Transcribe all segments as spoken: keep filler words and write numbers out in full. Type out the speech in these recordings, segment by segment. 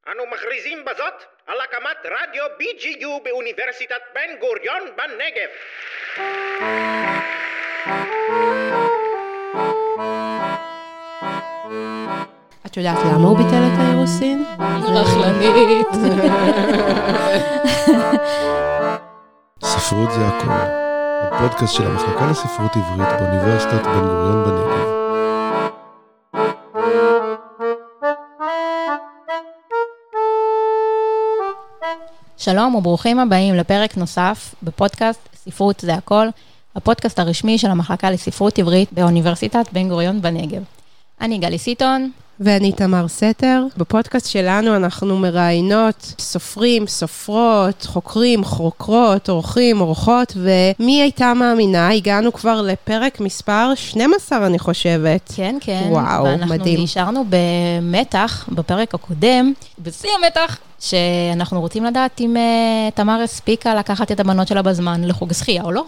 אנו מכריזים בזאת על הקמת רדיו בי ג'י יו באוניברסיטת בן גוריון בנגב. את יודעת למה הוא ביטל את האירוסין? רכלנית. ספרות זה הכל. הפודקאסט של המחלקה לספרות עברית באוניברסיטת בן גוריון בנגב. שלום וברוכים הבאים לפרק נוסף בפודקאסט ספרות זה הכל, הפודקאסט הרשמי של המחלקה לספרות עברית באוניברסיטת בן גוריון בנגב. אני גלי סיטון. ואני תמר סתר. בפודקאסט שלנו אנחנו מראיינות סופרים, סופרות, חוקרים, חוקרות, עורכים, עורכות, ומי הייתה מאמינה? הגענו כבר לפרק מספר שתים עשרה, אני חושבת. כן, כן. וואו, ואנחנו מדהים. ואנחנו נשארנו במתח בפרק הקודם, בשיא המתח, שאנחנו רוצים לדעת אם uh, תמר הספיקה לקחת את הבנות שלה בזמן לחוג שחייה או לא.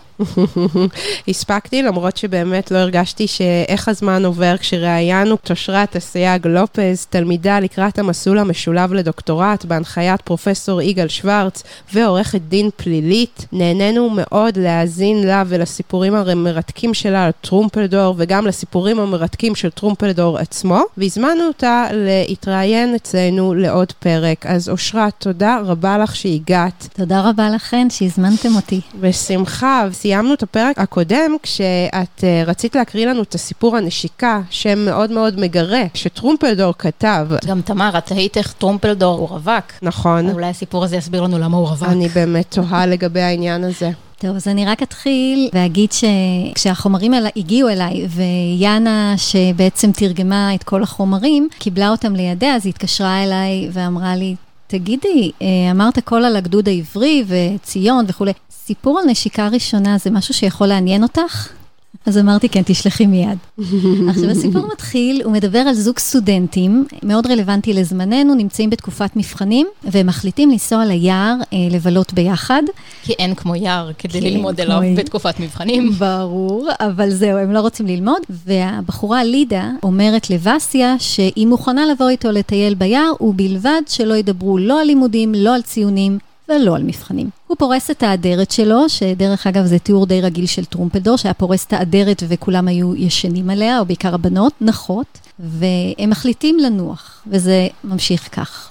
הספקתי, למרות שבאמת לא הרגשתי שאיך הזמן עובר כשראיינו את אושרת אסייג לופז, תלמידה לקראת המסלול המשולב לדוקטורט בהנחיית פרופסור יגאל שוורץ ועורכת דין פלילית. נהנינו מאוד להאזין לה ולסיפורים המרתקים שלה על טרומפלדור וגם לסיפורים המרתקים של טרומפלדור עצמו, והזמנו אותה להתראיין אצלנו לעוד פרק. אז אושרת, תודה רבה לך שהגעת. תודה רבה לכן שהזמנתם אותי. בשמחה, וסיימנו את הפרק הקודם כשאת רצית להקריא לנו את הסיפור הנשיקה, שם מאוד מאוד מגרה, שטרומפלדור כתב. גם תמר, את היית איך טרומפלדור הוא רווק. נכון. אולי הסיפור הזה יסביר לנו למה הוא רווק. אני באמת תוהה לגבי העניין הזה. טוב, אז אני רק אתחיל ואגיד שכשהחומרים האלה הגיעו אליי, ויאנה שבעצם תרגמה את כל החומרים, קיבלה אותם לידיה, אז היא התקשרה אליי ואמרה לי, תגידי, אמרת כל על הגדוד העברי וציון וכו'. סיפור על נשיקה ראשונה זה משהו שיכול לעניין אותך? אז אמרתי, כן, תשלחי מיד. עכשיו, הסיפור מתחיל, הוא מדבר על זוג סטודנטים, מאוד רלוונטי לזמננו, נמצאים בתקופת מבחנים, והם מחליטים לנסוע ליער, לבלות ביחד. כי אין כמו יער כדי ללמוד אליו בתקופת מבחנים. ברור, אבל זהו, הם לא רוצים ללמוד, והבחורה לידה אומרת לווסיה, שהיא מוכנה לבוא איתו לטייל ביער, ובלבד שלא ידברו לא על לימודים, לא על ציונים, ולא על מבחנים. הוא פורס את האדרת שלו, שדרך אגב זה תיאור די רגיל של טרומפלדור, שהיה פורס את האדרת וכולם היו ישנים עליה, או בעיקר הבנות, נחות, והם מחליטים לנוח, וזה ממשיך כך.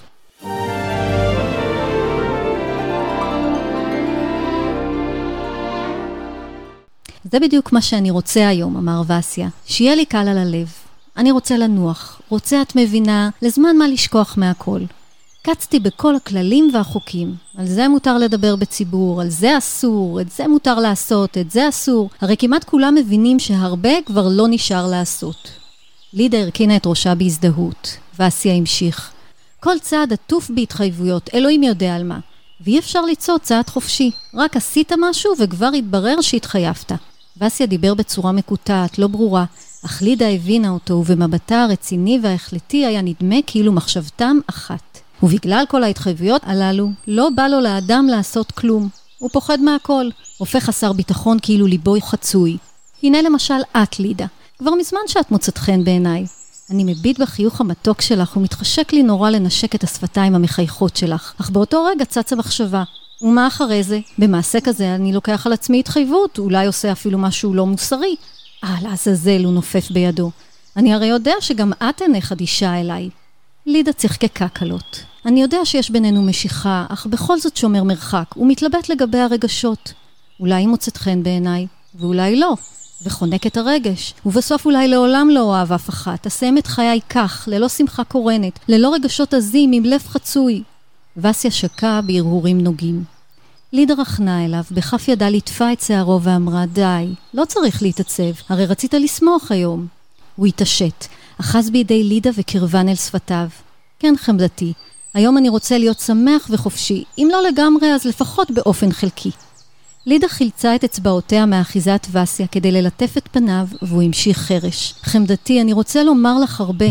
זה בדיוק מה שאני רוצה היום, אמר וסיה, שיהיה לי קל על הלב. אני רוצה לנוח, רוצה את מבינה, לזמן מה לשכוח מהכל. קצתי בכל הכללים והחוקים. על זה מותר לדבר בציבור, על זה אסור, את זה מותר לעשות, את זה אסור. הרי כמעט כולם מבינים שהרבה כבר לא נשאר לעשות. לידה הרכינה את ראשה בהזדהות, וסיה המשיך. כל צעד עטוף בהתחייבויות, אלוהים יודע על מה. ואי אפשר ליצור צעד חופשי. רק עשית משהו וכבר התברר שהתחייבת. וסיה דיבר בצורה מקוטעת, לא ברורה, אך לידה הבינה אותו, ובמבטה הרציני וההחלטי היה נדמה כאילו מחשבתם אחת. ובגלל כל ההתחייבויות הללו, לא בא לו לאדם לעשות כלום. הוא פוחד מהכל, הופך חסר ביטחון כאילו ליבו חצוי. הנה למשל את, לידה. כבר מזמן שאת מוצאת חן בעיניי. אני מביט בחיוך המתוק שלך ומתחשק לי נורא לנשק את השפתיים המחייכות שלך. אך באותו רגע צצה מחשבה. ומה אחרי זה? במעשה כזה אני לוקח על עצמי התחייבות, אולי עושה אפילו משהו לא מוסרי. אה, לעזאזל, הוא נופף בידו. אני הרי יודע שגם את אינך אדישה אליי. לידה צחקקה קלות. אני יודע שיש בינינו משיכה, אך בכל זאת שומר מרחק, ומתלבט לגבי הרגשות. אולי היא מוצאת חן בעיניי, ואולי לא, וחונק את הרגש, ובסוף אולי לעולם לא אוהב אף אחת, אסיים את חיי כך, ללא שמחה קורנת, ללא רגשות עזים, עם לב חצוי. וסיה שקה בהרהורים נוגים. לידה רחנה אליו, בכף ידה לטפה את שערו ואמרה, די, לא צריך להתעצב, הרי רצית לשמוח היום. הוא התעשת, אחז בידי לידה וקרבן אל שפתיו. כן, חמדתי, היום אני רוצה להיות שמח וחופשי, אם לא לגמרי אז לפחות באופן חלקי. לידה חילצה את אצבעותיה מאחיזת וסיה כדי ללטף את פניו, והוא המשיך חרש. חמדתי, אני רוצה לומר לך הרבה.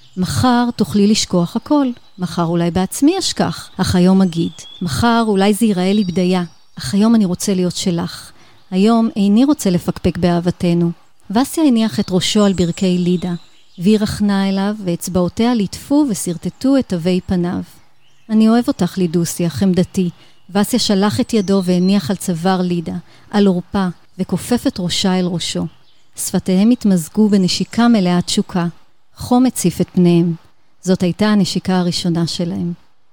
מחר תוכלי לשכוח הכל. מחר אולי בעצמי אשכח, אך היום אגיד. מחר אולי זה ייראה לי בדיה, אך היום אני רוצה להיות שלך. היום איני רוצה לפקפק באהבתנו. וסיה הניח את ראשו על ברכי לידה. והיא רחנה אליו, ואצבעותיה ליטפו וסרטטו את תווי פניו. אני אוהב אותך, לידוסיה, חמדתי. וסיה שלח את ידו והניח על צוואר לידה, על עורפה, וכופף את ראשה אל ראשו. שפתיהם התמזגו בנשיקה מלאה תשוקה. חום הציף את פניהם. זאת הייתה הנשיקה הראשונה שלהם.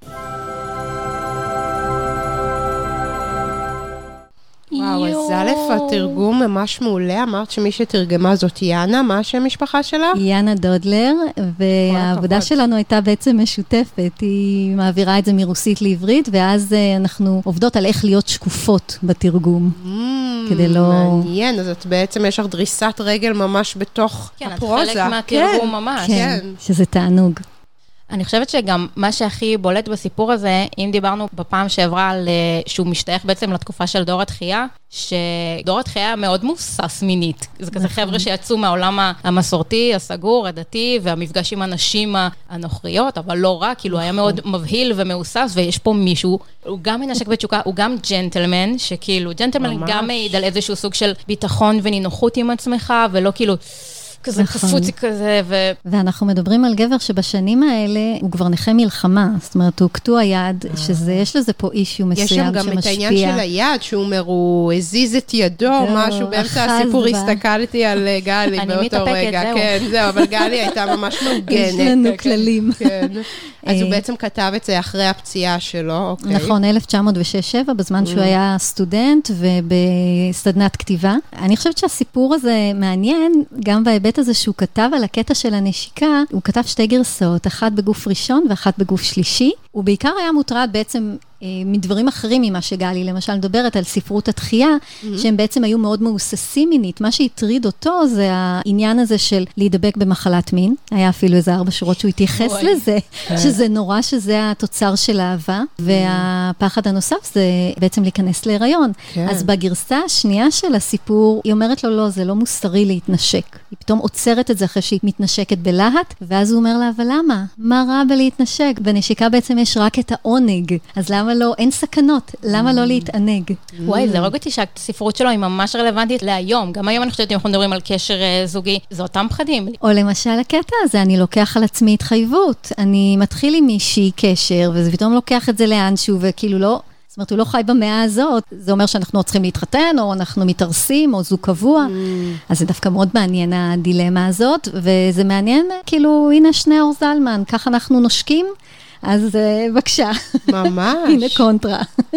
וואו, אז א', התרגום ממש מעולה. אמרת שמי שתרגמה זאת יאנה, מה השם משפחה שלה? יאנה דודלר, והעבודה שלנו הייתה בעצם משותפת. היא מעבירה את זה מרוסית לעברית, ואז אנחנו עובדות על איך להיות שקופות בתרגום. כדי לא... מעניין, אז את בעצם יש לך דריסת רגל ממש בתוך הפרוזה. כן, את חלק מהתרגום ממש. כן, שזה תענוג. אני חושבת שגם מה שהכי בולט בסיפור הזה, אם דיברנו בפעם שעברה על שהוא משתייך בעצם לתקופה של דור התחייה, שדור התחייה היה מאוד מוסס מינית. זה כזה חבר'ה שיצאו מהעולם המסורתי, הסגור, הדתי, והמפגש עם הנשים הנוכריות, אבל לא רק, כאילו היה מאוד מבהיל ומאוסס, ויש פה מישהו, הוא גם מנשק בתשוקה, הוא גם ג'נטלמן, שכאילו ג'נטלמן גם מעיד על איזשהו סוג של ביטחון ונינוחות עם עצמך, ולא כאילו... כזה קפוצי כזה, ו... ואנחנו מדברים על גבר שבשנים האלה הוא כבר נכה מלחמה, זאת אומרת, הוא קטוע יד, שזה, יש לזה פה אישיו מסוים שמשפיע. יש שם גם את העניין של היד, שהוא אומר, הוא הזיז את ידו, משהו, באמצע הסיפור הסתכלתי על גלי באותו רגע. כן, זהו, אבל גלי הייתה ממש מעוגנת. יש לנו כללים. כן. אז הוא בעצם כתב את זה אחרי הפציעה שלו, אוקיי. נכון, אלף תשע מאות ושש שבע, בזמן שהוא היה סטודנט ובסדנת כתיבה. אני חושבת שהסיפור הזה מעניין, גם בהיבט הזה שהוא כתב על הקטע של הנשיקה, הוא כתב שתי גרסאות, אחת בגוף ראשון ואחת בגוף שלישי. הוא בעיקר היה מוטרד בעצם מדברים אחרים ממה שגלי, למשל מדברת על ספרות התחייה, שהם בעצם היו מאוד מאוססים מינית. מה שהטריד אותו זה העניין הזה של להידבק במחלת מין. היה אפילו איזה ארבע שורות שהוא התייחס לזה, שזה נורא שזה התוצר של האהבה, והפחד הנוסף זה בעצם להיכנס להיריון. אז בגרסה השנייה של הסיפור, היא אומרת לו, לא, זה לא מוסרי להתנשק. היא פתאום עוצרת את זה אחרי שהיא מתנשקת בלהט, ואז הוא אומר לה, אבל למה? מה רע בלהתנשק? בנשיקה בעצם יש רק את העונג. אז למה לא? אין סכנות. למה לא להתענג? וואי, זה רוג אותי שהספרות שלו היא ממש רלוונטית להיום. גם היום אני חושבת, אם אנחנו מדברים על קשר זוגי, זה אותם פחדים. או למשל הקטע הזה, אני לוקח על עצמי התחייבות. אני מתחיל עם מישהי קשר, וזה פתאום לוקח את זה לאנשהו, וכאילו לא... זאת אומרת, הוא לא חי במאה הזאת, זה אומר שאנחנו צריכים להתחתן, או אנחנו מתארסים, או זוג קבוע. אז זה דווקא מאוד מעניין הדילמה הזאת, וזה מעניין, כאילו, הנה שני אור זלמן, כך אנחנו נושקים, אז בבקשה. ממש. הנה קונטרה.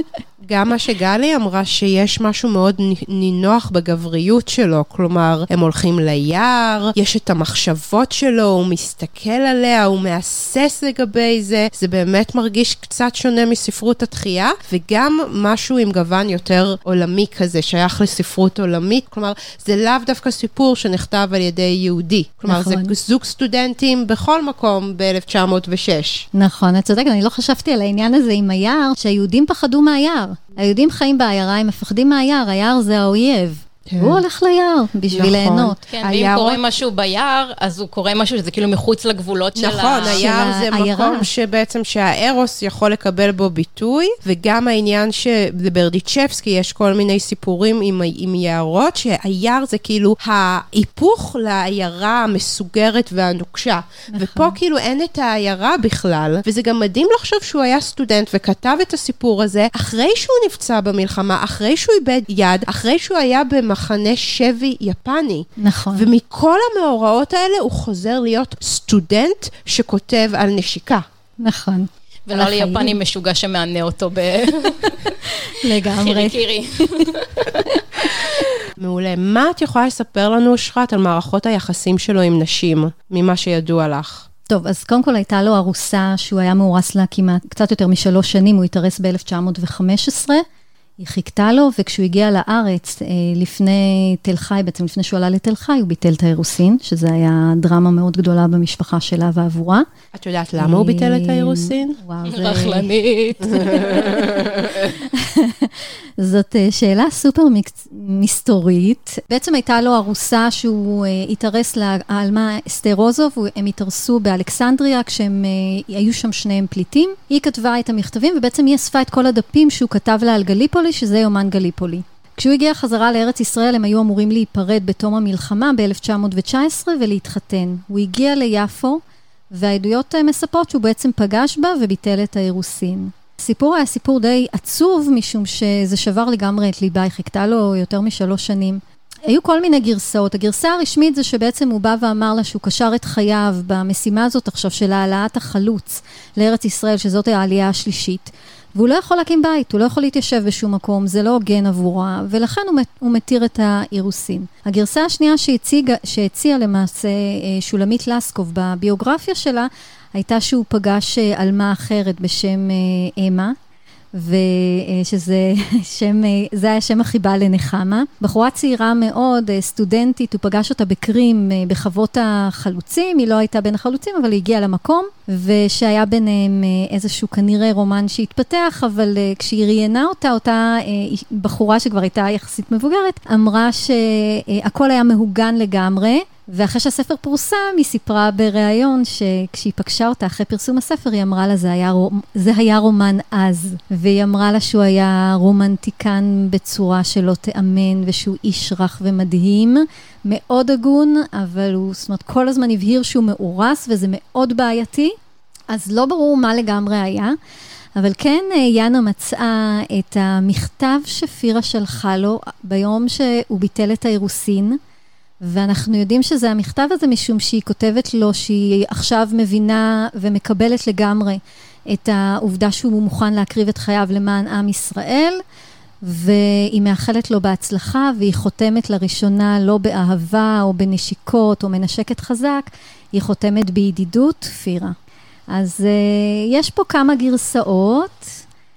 גם מה שגלי אמרה שיש משהו מאוד נינוח בגבריות שלו, כלומר, הם הולכים ליער, יש את המחשבות שלו, הוא מסתכל עליה, הוא מאסס לגבי זה, זה באמת מרגיש קצת שונה מספרות התחייה, וגם משהו עם גוון יותר עולמי כזה, שייך לספרות עולמית, כלומר, זה לאו דווקא סיפור שנכתב על ידי יהודי, כלומר, נכון. זה זוג סטודנטים בכל מקום ב-אלף תשע מאות ושש. נכון, את צודקת, אני לא חשבתי על העניין הזה עם היער, שהיהודים פחדו מהיער. היהודים חיים בעיירה, הם מפחדים מהיער, היער זה האויב. הוא הולך ליער בשביל ליהנות. כן, ואם קורה משהו ביער, אז הוא קורה משהו שזה כאילו מחוץ לגבולות של ה... נכון, היער זה מקום שבעצם שהארוס יכול לקבל בו ביטוי, וגם העניין שבברדיצ'בסקי יש כל מיני סיפורים עם יערות, שהיער זה כאילו ההיפוך לעיירה המסוגרת והנוקשה. ופה כאילו אין את העיירה בכלל, וזה גם מדהים לחשוב שהוא היה סטודנט וכתב את הסיפור הזה, אחרי שהוא נפצע במלחמה, אחרי שהוא איבד יד, אחרי שהוא היה במ מחנה שבי יפני. נכון. ומכל המאורעות האלה הוא חוזר להיות סטודנט שכותב על נשיקה. נכון. ולא ליפני משוגע שמענה אותו ב... לגמרי. חירי קירי. מעולה. מה את יכולה לספר לנו, אושרת, על מערכות היחסים שלו עם נשים, ממה שידוע לך? טוב, אז קודם כל הייתה לו ארוסה שהוא היה מאורס לה כמעט קצת יותר משלוש שנים, הוא התארס ב-אלף תשע מאות וחמש עשרה, היא חיכתה לו, וכשהוא הגיע לארץ, לפני תל חי, בעצם לפני שהוא עלה לתל חי, הוא ביטל את האירוסין, שזה היה דרמה מאוד גדולה במשפחה שלה ועבורה. את יודעת למה הוא ביטל את האירוסין? רחלנית. זאת שאלה סופר מסתורית. בעצם הייתה לו ארוסה שהוא התארס לאלמה אסתר רוזוב, הם התארסו באלכסנדריה, כשהם היו שם שניהם פליטים. היא כתבה את המכתבים, ובעצם היא אספה את כל הדפים שהוא כתב לה על גליפולי, שזה יומן גליפולי. כשהוא הגיע חזרה לארץ ישראל, הם היו אמורים להיפרד בתום המלחמה ב-אלף תשע מאות תשע עשרה ולהתחתן. הוא הגיע ליפו, והעדויות מספרות שהוא בעצם פגש בה וביטל את האירוסין. הסיפור היה סיפור די עצוב, משום שזה שבר לגמרי את ליבה, היא חיכתה לו יותר משלוש שנים. היו כל מיני גרסאות. הגרסה הרשמית זה שבעצם הוא בא ואמר לה שהוא קשר את חייו במשימה הזאת עכשיו של העלאת החלוץ לארץ ישראל, שזאת העלייה השלישית. והוא לא יכול להקים בית, הוא לא יכול להתיישב בשום מקום, זה לא הוגן עבורה, ולכן הוא, הוא מתיר את האירוסין. הגרסה השנייה שהציגה, שהציעה למעשה שולמית לסקוב בביוגרפיה שלה, הייתה שהוא פגש אלמה אחרת בשם אמה, ושזה שם, זה היה שם החיבה לנחמה. בחורה צעירה מאוד, סטודנטית, הוא פגש אותה בקרים בחוות החלוצים, היא לא הייתה בין החלוצים, אבל היא הגיעה למקום, ושהיה ביניהם איזשהו כנראה רומן שהתפתח, אבל כשהיא ראיינה אותה, אותה בחורה שכבר הייתה יחסית מבוגרת, אמרה שהכל היה מהוגן לגמרי, ואחרי שהספר פורסם, היא סיפרה בריאיון שכשהיא פגשה אותה אחרי פרסום הספר, היא אמרה לה, זה היה, זה היה רומן אז. והיא אמרה לה שהוא היה רומנטיקן בצורה שלא תאמן, ושהוא איש רך ומדהים, מאוד הגון, אבל הוא, זאת אומרת, כל הזמן הבהיר שהוא מאורס, וזה מאוד בעייתי. אז לא ברור מה לגמרי היה. אבל כן, יאנה מצאה את המכתב שפירה שלחה לו ביום שהוא ביטל את האירוסין, ואנחנו יודעים שזה המכתב הזה משום שהיא כותבת לו שהיא עכשיו מבינה ומקבלת לגמרי את העובדה שהוא מוכן להקריב את חייו למען עם ישראל, והיא מאחלת לו בהצלחה, והיא חותמת לראשונה לא באהבה או בנשיקות או מנשקת חזק, היא חותמת בידידות פירה. אז uh, יש פה כמה גרסאות.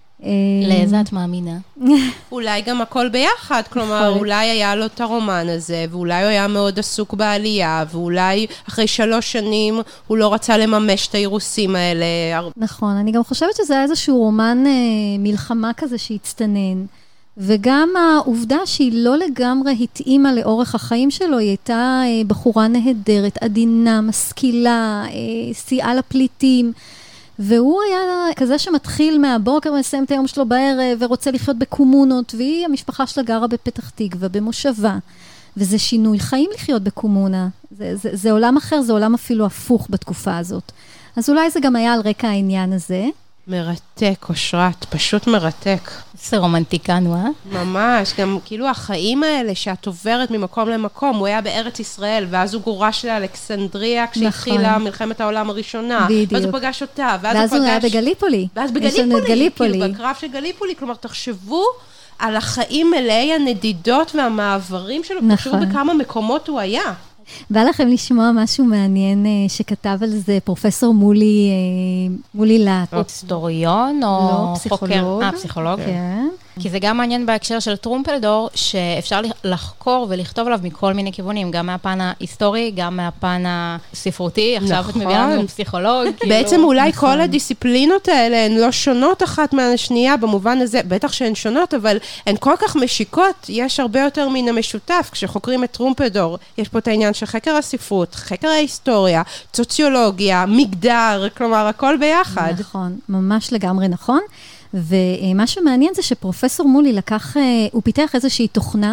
לאיזה את מאמינה? אולי גם הכל ביחד, כלומר, אולי היה לו את הרומן הזה, ואולי הוא היה מאוד עסוק בעלייה, ואולי אחרי שלוש שנים הוא לא רצה לממש את האירוסים האלה. נכון, אני גם חושבת שזה היה איזשהו רומן אה, מלחמה כזה שהצטנן, וגם העובדה שהיא לא לגמרי התאימה לאורך החיים שלו, היא הייתה אה, בחורה נהדרת, עדינה, משכילה, אה, סייעה לפליטים, והוא היה כזה שמתחיל מהבוקר ומסיים את היום שלו בערב ורוצה לחיות בקומונות, והיא, המשפחה שלה גרה בפתח תקווה, במושבה, וזה שינוי חיים לחיות בקומונה. זה, זה, זה עולם אחר, זה עולם אפילו הפוך בתקופה הזאת. אז אולי זה גם היה על רקע העניין הזה. מרתק, אושרת, פשוט מרתק. זה רומנטיקן, אה? ממש, גם כאילו החיים האלה שאת עוברת ממקום למקום, הוא היה בארץ ישראל, ואז הוא גורש לאלכסנדריה, כשהתחילה נכון. מלחמת העולם הראשונה, בדיוק. ואז הוא פגש אותה, ואז, ואז הוא, הוא פגש... היה בגליפולי. ואז בגליפולי, גליפולי. כאילו בקרב של גליפולי, כלומר, תחשבו על החיים מלאי הנדידות והמעברים שלו, נכון. תחשבו בכמה מקומות הוא היה. בא לכם לשמוע משהו מעניין שכתב על זה פרופסור מולי, מולי לט. היסטוריון או לא, פסיכולוג. אה, פסיכולוג. כן. כי זה גם מעניין בהקשר של טרומפלדור, שאפשר לחקור ולכתוב עליו מכל מיני כיוונים, גם מהפן ההיסטורי, גם מהפן הספרותי, עכשיו את מביאה לנו פסיכולוג. בעצם אולי כל הדיסציפלינות האלה הן לא שונות אחת מהשנייה, במובן הזה, בטח שהן שונות, אבל הן כל כך משיקות, יש הרבה יותר מן המשותף, כשחוקרים את טרומפלדור, יש פה את העניין של חקר הספרות, חקר ההיסטוריה, סוציולוגיה, מגדר, כלומר, הכל ביחד. נכון, ממש לגמרי נכון. ומה שמעניין זה שפרופסור מולי לקח, הוא פיתח איזושהי תוכנה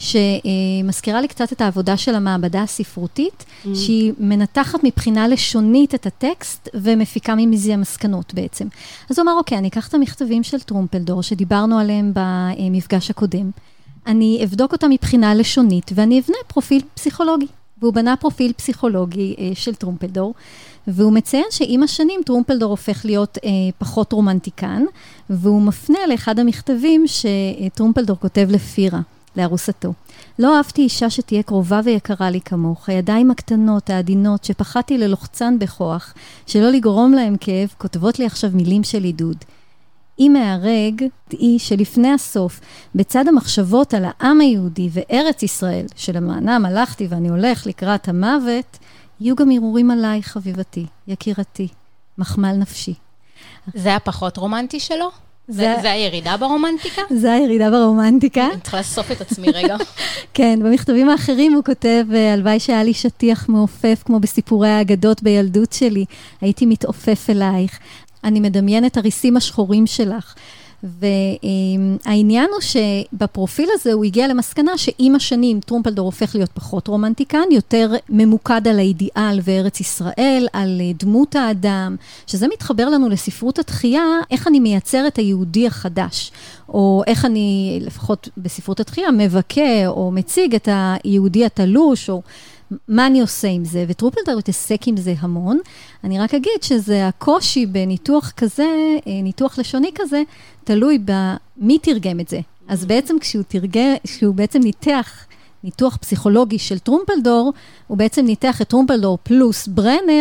שמזכירה לי קצת את העבודה של המעבדה הספרותית, mm. שהיא מנתחת מבחינה לשונית את הטקסט ומפיקה ממזה המסקנות בעצם. אז הוא אמר, אוקיי, אני אקח את המכתבים של טרומפלדור שדיברנו עליהם במפגש הקודם, אני אבדוק אותה מבחינה לשונית ואני אבנה פרופיל פסיכולוגי. והוא בנה פרופיל פסיכולוגי של טרומפלדור, והוא מציין שעם השנים טרומפלדור הופך להיות אה, פחות רומנטיקן, והוא מפנה לאחד המכתבים שטרומפלדור כותב לפירה, לארוסתו. לא אהבתי אישה שתהיה קרובה ויקרה לי כמוך, הידיים הקטנות, העדינות, שפחדתי ללוחצן בכוח, שלא לגרום להם כאב, כותבות לי עכשיו מילים של עידוד. אם מהרג, דעי שלפני הסוף, בצד המחשבות על העם היהודי וארץ ישראל, שלמענם הלכתי ואני הולך לקראת המוות, יהיו גם ערעורים עליי, חביבתי, יקירתי, מחמל נפשי. זה הפחות רומנטי שלו? זה, זה הירידה ברומנטיקה? זה הירידה ברומנטיקה. אני צריכה לסוף את עצמי רגע. כן, במכתבים האחרים הוא כותב, הלוואי שהיה לי שטיח מעופף, כמו בסיפורי האגדות בילדות שלי, הייתי מתעופף אלייך. אני מדמיין את הריסים השחורים שלך, והעניין הוא שבפרופיל הזה הוא הגיע למסקנה שעם השנים טרומפלדור הופך להיות פחות רומנטיקן, יותר ממוקד על האידיאל וארץ ישראל, על דמות האדם, שזה מתחבר לנו לספרות התחייה, איך אני מייצר את היהודי החדש, או איך אני, לפחות בספרות התחייה, מבקר או מציג את היהודי התלוש, או מה אני עושה עם זה, וטרומפלדור התעסק עם זה המון. אני רק אגיד שזה הקושי בניתוח כזה, ניתוח לשוני כזה, תלוי במי תרגם את זה. אז בעצם כשהוא תרגם, כשהוא בעצם ניתח ניתוח פסיכולוגי של טרומפלדור, הוא בעצם ניתח את טרומפלדור פלוס ברנר,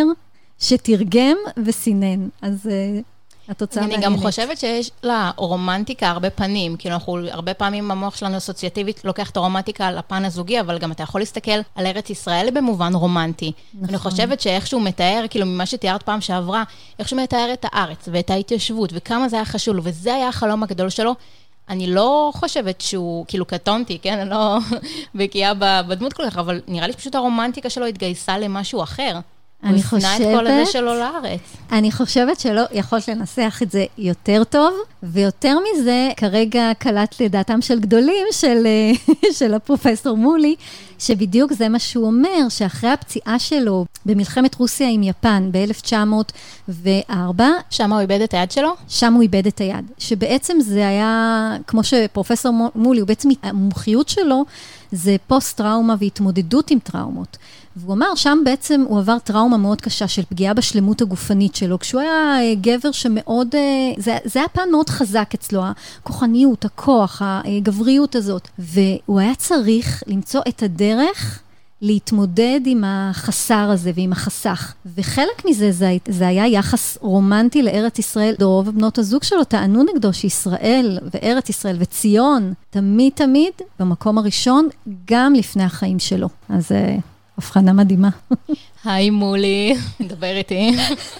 שתרגם וסינן. אז התוצאה מעניינת. אני גם חושבת שיש לה רומנטיקה הרבה פנים, כאילו אנחנו הרבה פעמים המוח שלנו אסוציאטיבית לוקח את הרומנטיקה על הפן הזוגי, אבל גם אתה יכול להסתכל על ארץ ישראל במובן רומנטי. נכון. אני חושבת שאיכשהו מתאר, כאילו ממה שתיארת פעם שעברה, איכשהו מתאר את הארץ ואת ההתיישבות, וכמה זה היה חשוב לו, וזה היה החלום הגדול שלו. אני לא חושבת שהוא, כאילו קטונתי, כן? אני לא בקיאה בדמות כל כך, אבל נראה לי שפשוט הרומנטיקה שלו התגייסה למשהו אחר. אני חושבת... הוא הפנה את כל הזה שלו לארץ. אני חושבת שלא יכולת לנסח את זה יותר טוב, ויותר מזה, כרגע קלט לדעתם של גדולים, של, של הפרופסור מולי, שבדיוק זה מה שהוא אומר, שאחרי הפציעה שלו במלחמת רוסיה עם יפן ב-אלף תשע מאות וארבע, שם הוא איבד את היד שלו? שם הוא איבד את היד. שבעצם זה היה, כמו שפרופסור מולי, הוא בעצם, המומחיות שלו, זה פוסט-טראומה והתמודדות עם טראומות. והוא אמר, שם בעצם הוא עבר טראומה מאוד קשה של פגיעה בשלמות הגופנית שלו, כשהוא היה גבר שמאוד, זה, זה היה פן מאוד חזק אצלו, הכוחניות, הכוח, הגבריות הזאת, והוא היה צריך למצוא את הדרך להתמודד עם החסר הזה ועם החסך. וחלק מזה זה, זה היה יחס רומנטי לארץ ישראל. רוב בנות הזוג שלו טענו נגדו שישראל וארץ ישראל וציון תמיד תמיד במקום הראשון, גם לפני החיים שלו. אז הבחנה מדהימה. היי מולי, דבר איתי.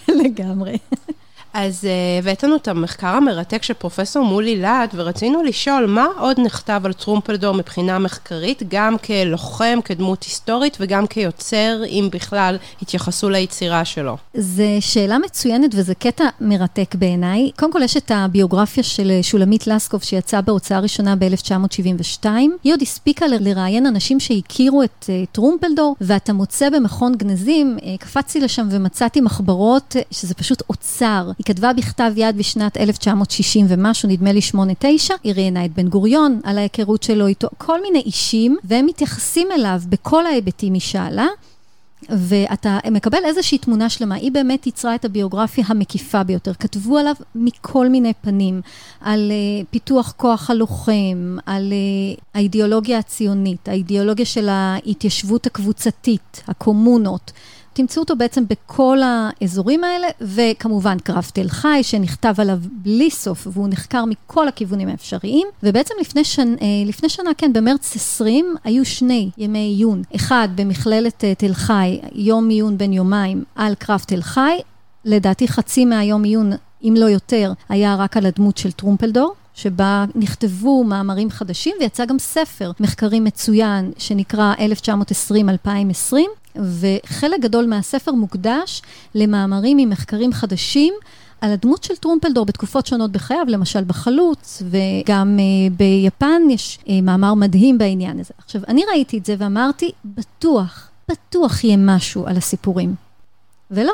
לגמרי. אז הבאתנו את המחקר המרתק של פרופסור מולי לד, ורצינו לשאול מה עוד נכתב על טרומפלדור מבחינה מחקרית, גם כלוחם, כדמות היסטורית, וגם כיוצר, אם בכלל התייחסו ליצירה שלו. זו שאלה מצוינת, וזה קטע מרתק בעיניי. קודם כל, יש את הביוגרפיה של שולמית לסקוב, שיצאה בהוצאה ראשונה ב-אלף תשע מאות שבעים ושתיים. היא עוד הספיקה לראיין אנשים שהכירו את טרומפלדור, ואתה מוצא במכון גנזים, קפצתי לשם ומצאתי מחברות, שזה פשוט אוצר. היא כתבה בכתב יד בשנת אלף תשע מאות שישים ומשהו, נדמה לי שמונה תשע, היא ראיינה את בן גוריון על ההיכרות שלו איתו, כל מיני אישים, והם מתייחסים אליו בכל ההיבטים משאלה, ואתה מקבל איזושהי תמונה שלמה, היא באמת יצרה את הביוגרפיה המקיפה ביותר, כתבו עליו מכל מיני פנים, על uh, פיתוח כוח הלוחם, על uh, האידיאולוגיה הציונית, האידיאולוגיה של ההתיישבות הקבוצתית, הקומונות, תמצאו אותו בעצם בכל האזורים האלה, וכמובן קרב תל חי, שנכתב עליו בלי סוף, והוא נחקר מכל הכיוונים האפשריים, ובעצם לפני, שנ, לפני שנה, כן, במרץ עשרים, היו שני ימי עיון, אחד במכללת תל חי, יום עיון בין יומיים על קרב תל חי, לדעתי חצי מהיום עיון, אם לא יותר, היה רק על הדמות של טרומפלדור, שבה נכתבו מאמרים חדשים, ויצא גם ספר מחקרי מצוין, שנקרא אלף תשע מאות עשרים עד אלפיים ועשרים, וחלק גדול מהספר מוקדש למאמרים ממחקרים חדשים, על הדמות של טרומפלדור בתקופות שונות בחייו, למשל בחלוץ, וגם uh, ביפן יש uh, מאמר מדהים בעניין הזה. עכשיו, אני ראיתי את זה ואמרתי, בטוח, בטוח יהיה משהו על הסיפורים. ולא.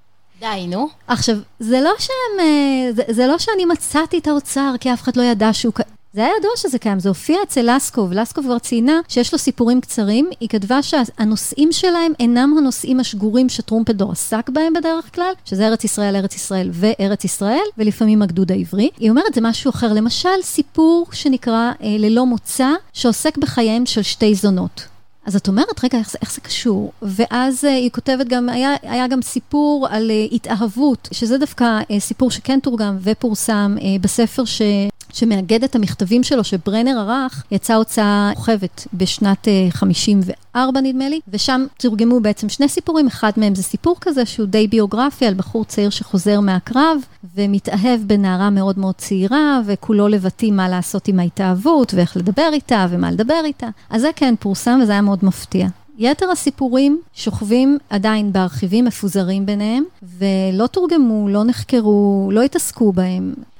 די, נו. עכשיו, זה לא שהם, זה, זה לא שאני מצאתי את האוצר, כי אף אחד לא ידע שהוא... זה היה ידוע שזה קיים, זה הופיע אצל לסקוב, לסקוב כבר ציינה שיש לו סיפורים קצרים, היא כתבה שהנושאים שלהם אינם הנושאים השגורים שטרומפלדור עסק בהם בדרך כלל, שזה ארץ ישראל, ארץ ישראל וארץ ישראל, ולפעמים הגדוד העברי. היא אומרת, זה משהו אחר, למשל סיפור שנקרא אה, ללא מוצא, שעוסק בחייהם של שתי זונות. אז את אומרת, רגע, איך זה, איך זה קשור? ואז uh, היא כותבת גם, היה, היה גם סיפור על uh, התאהבות, שזה דווקא uh, סיפור שכן תורגם ופורסם uh, בספר ש... שמאגד את המכתבים שלו, שברנר ערך, יצא הוצאה רוכבת בשנת חמישים וארבע נדמה לי, ושם תורגמו בעצם שני סיפורים, אחד מהם זה סיפור כזה, שהוא די ביוגרפי, על בחור צעיר שחוזר מהקרב, ומתאהב בנערה מאוד מאוד צעירה, וכולו לבטים מה לעשות עם ההתאהבות, ואיך לדבר איתה, ומה לדבר איתה. אז זה כן פורסם, וזה היה מאוד מפתיע. יתר הסיפורים שוכבים עדיין בארכיבים מפוזרים ביניהם, ולא תורגמו, לא נחקרו, לא התעסקו בהם.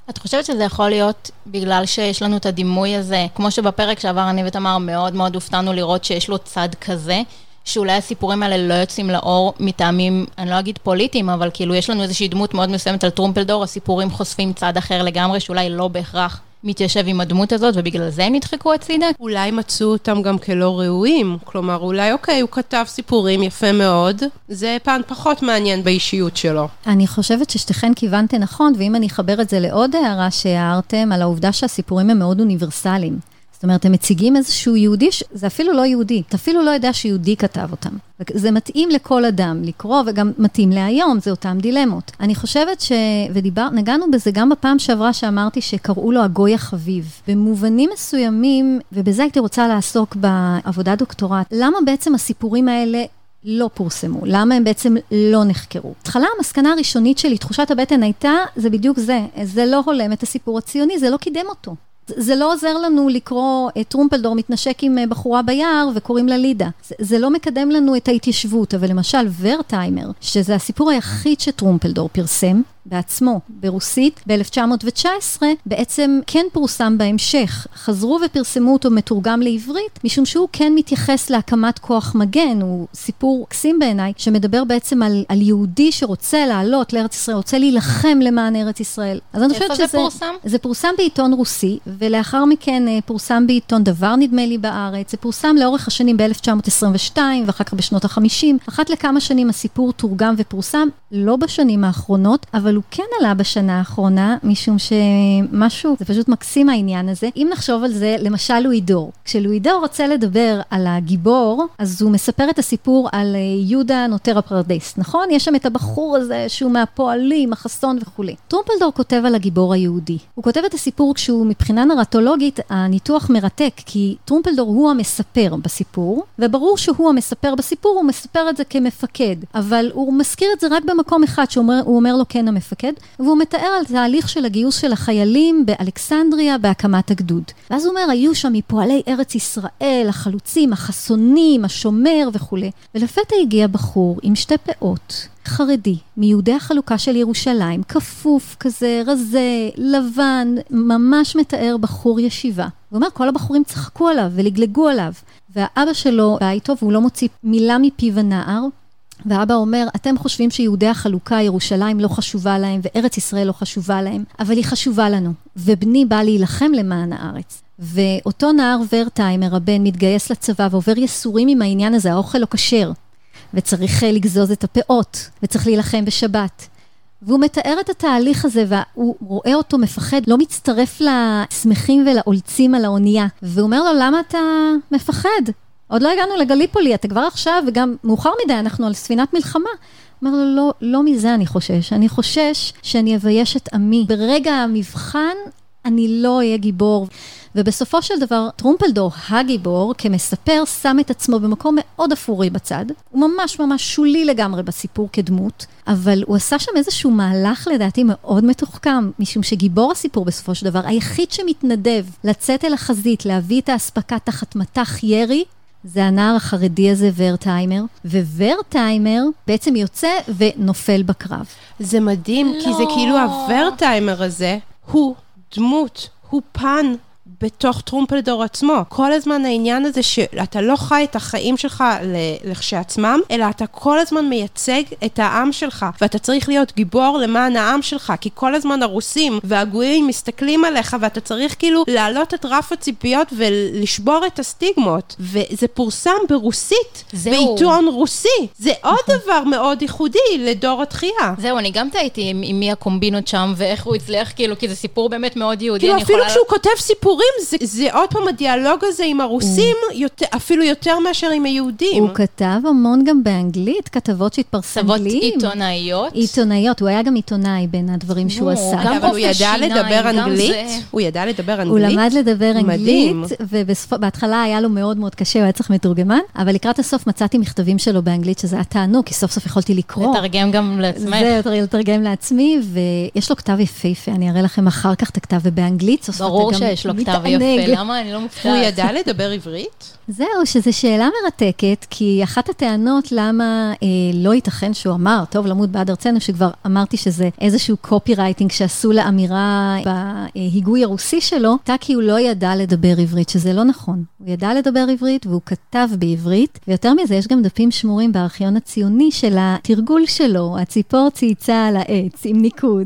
את חושבת שזה יכול להיות בגלל שיש לנו את הדימוי הזה, כמו שבפרק שעבר אני ותמר מאוד מאוד הופתענו לראות שיש לו צד כזה, שאולי הסיפורים האלה לא יוצאים לאור מטעמים, אני לא אגיד פוליטיים, אבל כאילו יש לנו איזושהי דמות מאוד מסוימת על טרומפלדור, הסיפורים חושפים צד אחר לגמרי, שאולי לא בהכרח מתיישב עם הדמות הזאת, ובגלל זה הם נדחקו הצידה? אולי מצאו אותם גם כלא ראויים, כלומר, אולי אוקיי, הוא כתב סיפורים יפה מאוד, זה פן פחות מעניין באישיות שלו. אני חושבת ששתיכן כיוונתם נכון, ואם אני אחבר את זה לעוד הערה שהערתם, על העובדה שהסיפורים הם מאוד אוניברסליים. זאת אומרת, הם מציגים איזשהו יהודי, זה אפילו לא יהודי, אתה אפילו לא יודע שיהודי כתב אותם. זה מתאים לכל אדם לקרוא, וגם מתאים להיום, זה אותם דילמות. אני חושבת ש... ודיבר, נגענו בזה גם בפעם שעברה שאמרתי שקראו לו הגוי החביב. במובנים מסוימים, ובזה הייתי רוצה לעסוק בעבודת דוקטורט, למה בעצם הסיפורים האלה לא פורסמו? למה הם בעצם לא נחקרו? התחלה, המסקנה הראשונית שלי, תחושת הבטן הייתה, זה בדיוק זה. זה לא הולם את הסיפור הציוני, זה לא קידם אותו. זה לא עוזר לנו לקרוא את טרומפלדור מתנשק עם בחורה ביער וקוראים לה לידה. זה, זה לא מקדם לנו את ההתיישבות, אבל למשל ורטיימר, שזה הסיפור היחיד שטרומפלדור פרסם בעצמו ברוסית ב-אלף תשע מאות תשע עשרה, בעצם כן פורסם בהמשך. חזרו ופרסמו אותו מתורגם לעברית, משום שהוא כן מתייחס להקמת כוח מגן, הוא סיפור קסים בעיניי, שמדבר בעצם על, על יהודי שרוצה לעלות לארץ ישראל, רוצה להילחם למען ארץ ישראל. אז אני חושבת שזה... איפה זה פורסם? זה פורסם בעיתון רוסי, ולאחר מכן פורסם בעיתון דבר נדמה לי בארץ, זה פורסם לאורך השנים ב-אלף תשע מאות עשרים ושתיים, ואחר כך בשנות ה-חמישים. אחת לכמה שנים הסיפור תורגם ופורסם, לא בשנים האחרונות, אבל הוא כן עלה בשנה האחרונה, משום שמשהו, זה פשוט מקסים העניין הזה. אם נחשוב על זה, למשל לואידור. כשלואידור רוצה לדבר על הגיבור, אז הוא מספר את הסיפור על יהודה נוטר הפרדס, נכון? יש שם את הבחור הזה שהוא מהפועלים, החסון וכו'. טרומפלדור כותב על הגיבור היהודי. הוא כותב את הסיפור כשהוא מבחינה נרטולוגית, הניתוח מרתק, כי טרומפלדור הוא המספר בסיפור, וברור שהוא המספר בסיפור, הוא מספר את זה כמפקד, אבל הוא מזכיר את זה רק במקום אחד, שהוא אומר לו כן המפקד, והוא מתאר על תהליך של הגיוס של החיילים באלכסנדריה, בהקמת הגדוד. ואז הוא אומר, היו שם מפועלי ארץ ישראל, החלוצים, החסונים, השומר וכו'. ולפתע הגיע בחור עם שתי פאות, חרדי, מיהודי החלוקה של ירושלים, כפוף כזה, רזה, לבן, ממש מתאר בחור ישיבה. הוא אומר, כל הבחורים צחקו עליו ולגלגו עליו. והאבא שלו בא איתו, והוא לא מוציא מילה מפיו הנער, והאבא אומר, אתם חושבים שיהודי החלוקה, ירושלים לא חשובה להם, וארץ ישראל לא חשובה להם, אבל היא חשובה לנו, ובני בא להילחם למען הארץ. ואותו נער ורטיימר, הבן, מתגייס לצבא, ועובר יסורים עם העניין הזה, האוכל לא כשר, וצריך לגזוז את הפאות, וצריך להילחם בשבת. והוא מתאר את התהליך הזה, והוא רואה אותו מפחד, לא מצטרף לשמחים ולעולצים על האונייה, והוא אומר לו, למה אתה מפחד? עוד לא הגענו לגליפולי, אתה כבר עכשיו, וגם מאוחר מדי, אנחנו על ספינת מלחמה. הוא אומר לו, לא, לא מזה אני חושש. אני חושש שאני אבייש את עמי. ברגע המבחן, אני לא אהיה גיבור. ובסופו של דבר, טרומפלדור, הגיבור, כמספר, שם את עצמו במקום מאוד אפורי בצד. הוא ממש ממש שולי לגמרי בסיפור כדמות, אבל הוא עשה שם איזשהו מהלך לדעתי מאוד מתוחכם, משום שגיבור הסיפור בסופו של דבר, היחיד שמתנדב לצאת אל החזית, להביא את ההספקה תחת מתח ירי, זה הנער החרדי הזה, ורטיימר, וורטיימר בעצם יוצא ונופל בקרב. זה מדהים, לא. כי זה כאילו הוורטיימר הזה, הוא דמות, הוא פן בתוך טרומפלדור עצמו. כל הזמן העניין הזה שאתה לא חי את החיים שלך לכשעצמם, אלא אתה כל הזמן מייצג את העם שלך, ואתה צריך להיות גיבור למען העם שלך, כי כל הזמן הרוסים והגויים מסתכלים עליך, ואתה צריך כאילו להעלות את רף הציפיות ולשבור את הסטיגמות. וזה פורסם ברוסית, בעיתון רוסי. זה עוד דבר מאוד ייחודי לדור התחייה. זהו, אני גם טעיתי עם מי הקומבינות שם, ואיך הוא הצליח, כאילו, כי זה סיפור באמת מאוד יהודי. כאילו אפילו כשהוא כותב סיפורים, זה, זה עוד פעם הדיאלוג הזה עם הרוסים, יותר, אפילו יותר מאשר עם היהודים. הוא כתב המון גם באנגלית, כתבות שהתפרסם כתבות עיתונאיות. עיתונאיות, הוא היה גם עיתונאי בין הדברים שהוא עשה. אבל הוא ידע לדבר אנגלית? הוא ידע לדבר אנגלית? הוא למד לדבר אנגלית, ובהתחלה היה לו מאוד מאוד קשה, הוא היה צריך מתורגמן, אבל לקראת הסוף מצאתי מכתבים שלו באנגלית, שזה היה תענוג, כי סוף סוף יכולתי לקרוא. לתרגם גם לעצמך. זה, לתרגם לעצמי, ויש לו כתב יפהפה, אני אראה לכם אחר כך את הכתב באנגלית. ברור שיש לו כתב כתב יפה, למה אני לא מופתעת? הוא ידע לדבר עברית? זהו, שזו שאלה מרתקת, כי אחת הטענות למה אה, לא ייתכן שהוא אמר, טוב למות בעד ארצנו, שכבר אמרתי שזה איזשהו קופי רייטינג שעשו לאמירה בהיגוי הרוסי שלו, הייתה כי הוא לא ידע לדבר עברית, שזה לא נכון. הוא ידע לדבר עברית והוא כתב בעברית, ויותר מזה יש גם דפים שמורים בארכיון הציוני של התרגול שלו, הציפור צייצה על העץ עם ניקוד.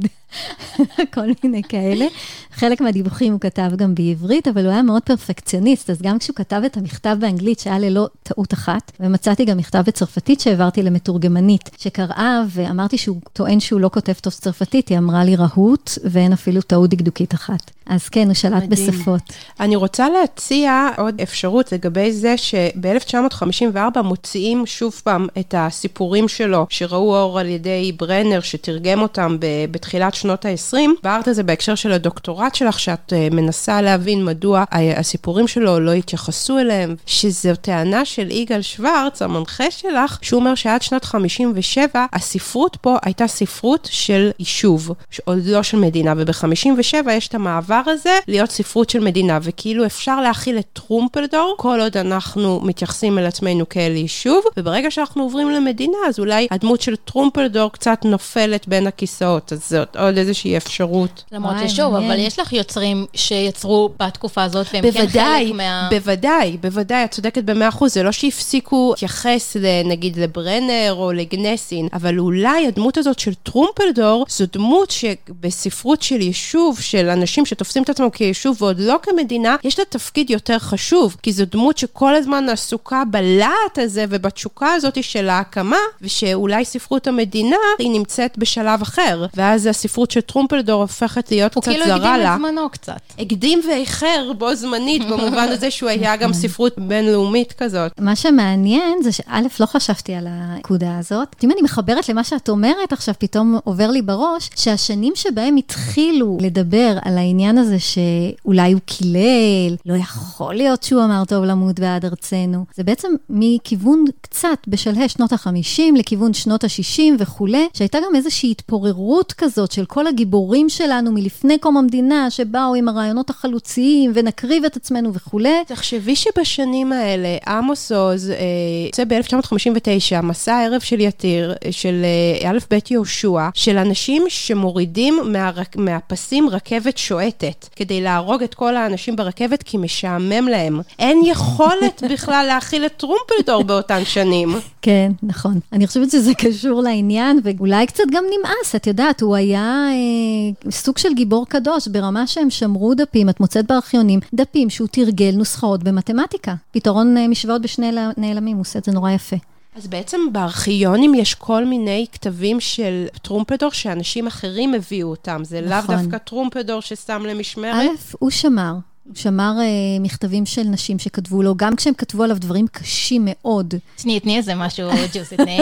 כל מיני כאלה. חלק מהדיווחים הוא כתב גם בעברית, אבל הוא היה מאוד פרפקציוניסט, אז גם כשהוא כתב את המכתב באנגלית, שהיה ללא טעות אחת, ומצאתי גם מכתב בצרפתית שהעברתי למתורגמנית, שקראה ואמרתי שהוא טוען שהוא לא כותב טוב צרפתית, היא אמרה לי רהוט, ואין אפילו טעות דקדוקית אחת. אז כן, הוא שלט בשפות. אני רוצה להציע עוד אפשרות לגבי זה שב-אלף תשע מאות חמישים וארבע מוציאים שוב פעם את הסיפורים שלו, שראו אור על ידי ברנר, שתרגם אותם בתחילת שנות ה-עשרים. בערת זה בהקשר של הדוקטורט שלך, שאת מנסה להבין מדוע הסיפורים שלו לא התייחסו אליהם, שזו טענה של יגאל שוורץ, המנחה שלך, שהוא אומר שעד שנת חמישים ושבע, הספרות פה הייתה ספרות של יישוב, עוד לא של מדינה, וב-חמישים ושבע יש את המעבר הזה להיות ספרות של מדינה, וכאילו אפשר להכיל את טרומפלדור, כל עוד אנחנו מתייחסים אל עצמנו כאל יישוב, וברגע שאנחנו עוברים למדינה, אז אולי הדמות של טרומפלדור קצת נופלת בין הכיסאות, אז זאת עוד איזושהי אפשרות. למרות ששוב, אבל יש לך יוצרים שיצרו בתקופה הזאת, והם כן חלק מה... בוודאי, בוודאי, את צודקת במאה אחוז, זה לא שהפסיקו להתייחס נגיד לברנר או לגנסין, אבל אולי הדמות הזאת של טרומפלדור, זו דמות שבספרות של יישוב, של אנשים שתופסים את עצמם כיישוב ועוד לא כמדינה, יש לה תפקיד יותר חשוב, כי זו דמות שכל הזמן עסוקה בלהט הזה ובתשוקה הזאת של ההקמה, ושאולי ספרות המדינה היא נמצאת בשלב אחר, ואז הספרות של טרומפלדור הופכת להיות קצת זרה לה. הוא כאילו הקדים את זמנו קצת. הקדים ואיחר בו זמנית, במובן הזה שהוא היה גם ספרות בינלאומית כזאת. מה שמעניין זה שא' לא חשבתי על הנקודה הזאת. אם אני מחברת למה שאת אומרת, עכשיו פתאום עובר לי בראש, שהשנים שבהם התחילו לדבר על העניין הזה שאולי הוא קילל, לא יכול להיות שהוא אמר טוב למות בעד ארצנו. זה בעצם מכיוון קצת בשלהי שנות ה-חמישים לכיוון שנות ה-שישים וכו', שהייתה גם איזושהי התפוררות כזאת של כל הגיבורים שלנו מלפני קום המדינה, שבאו עם הרעיונות החלוציים ונקריב את עצמנו וכו'. תחשבי שבשנים האלה, עמוס עוז, זה ב-אלף תשע מאות חמישים ותשע, מסע הערב של יתיר, של א' ב' יהושע, של אנשים שמורידים מה, מהפסים רכבת שואטת, כדי להרוג את כל האנשים ברכבת, כי משעמם להם. אין יכולת בכלל להכיל את טרומפלדור באותן שנים. כן, נכון. אני חושבת שזה קשור לעניין, ואולי קצת גם נמאס, את יודעת, הוא היה אה, סוג של גיבור קדוש, ברמה שהם שמרו דפים, את מוצאת בארכיונים, דפים שהוא תרגל נוסחאות במתמטיקה. פתרון אה, משוואות בשני נעלמים, הוא עושה את זה נורא יפה. אז בעצם בארכיונים יש כל מיני כתבים של טרומפלדור שאנשים אחרים הביאו אותם. זה נכון. לאו דווקא טרומפלדור ששם למשמרת. א', הוא שמר. הוא שמר אה, מכתבים של נשים שכתבו לו, גם כשהם כתבו עליו דברים קשים מאוד. תני, תני איזה משהו, ג'וסי, תני.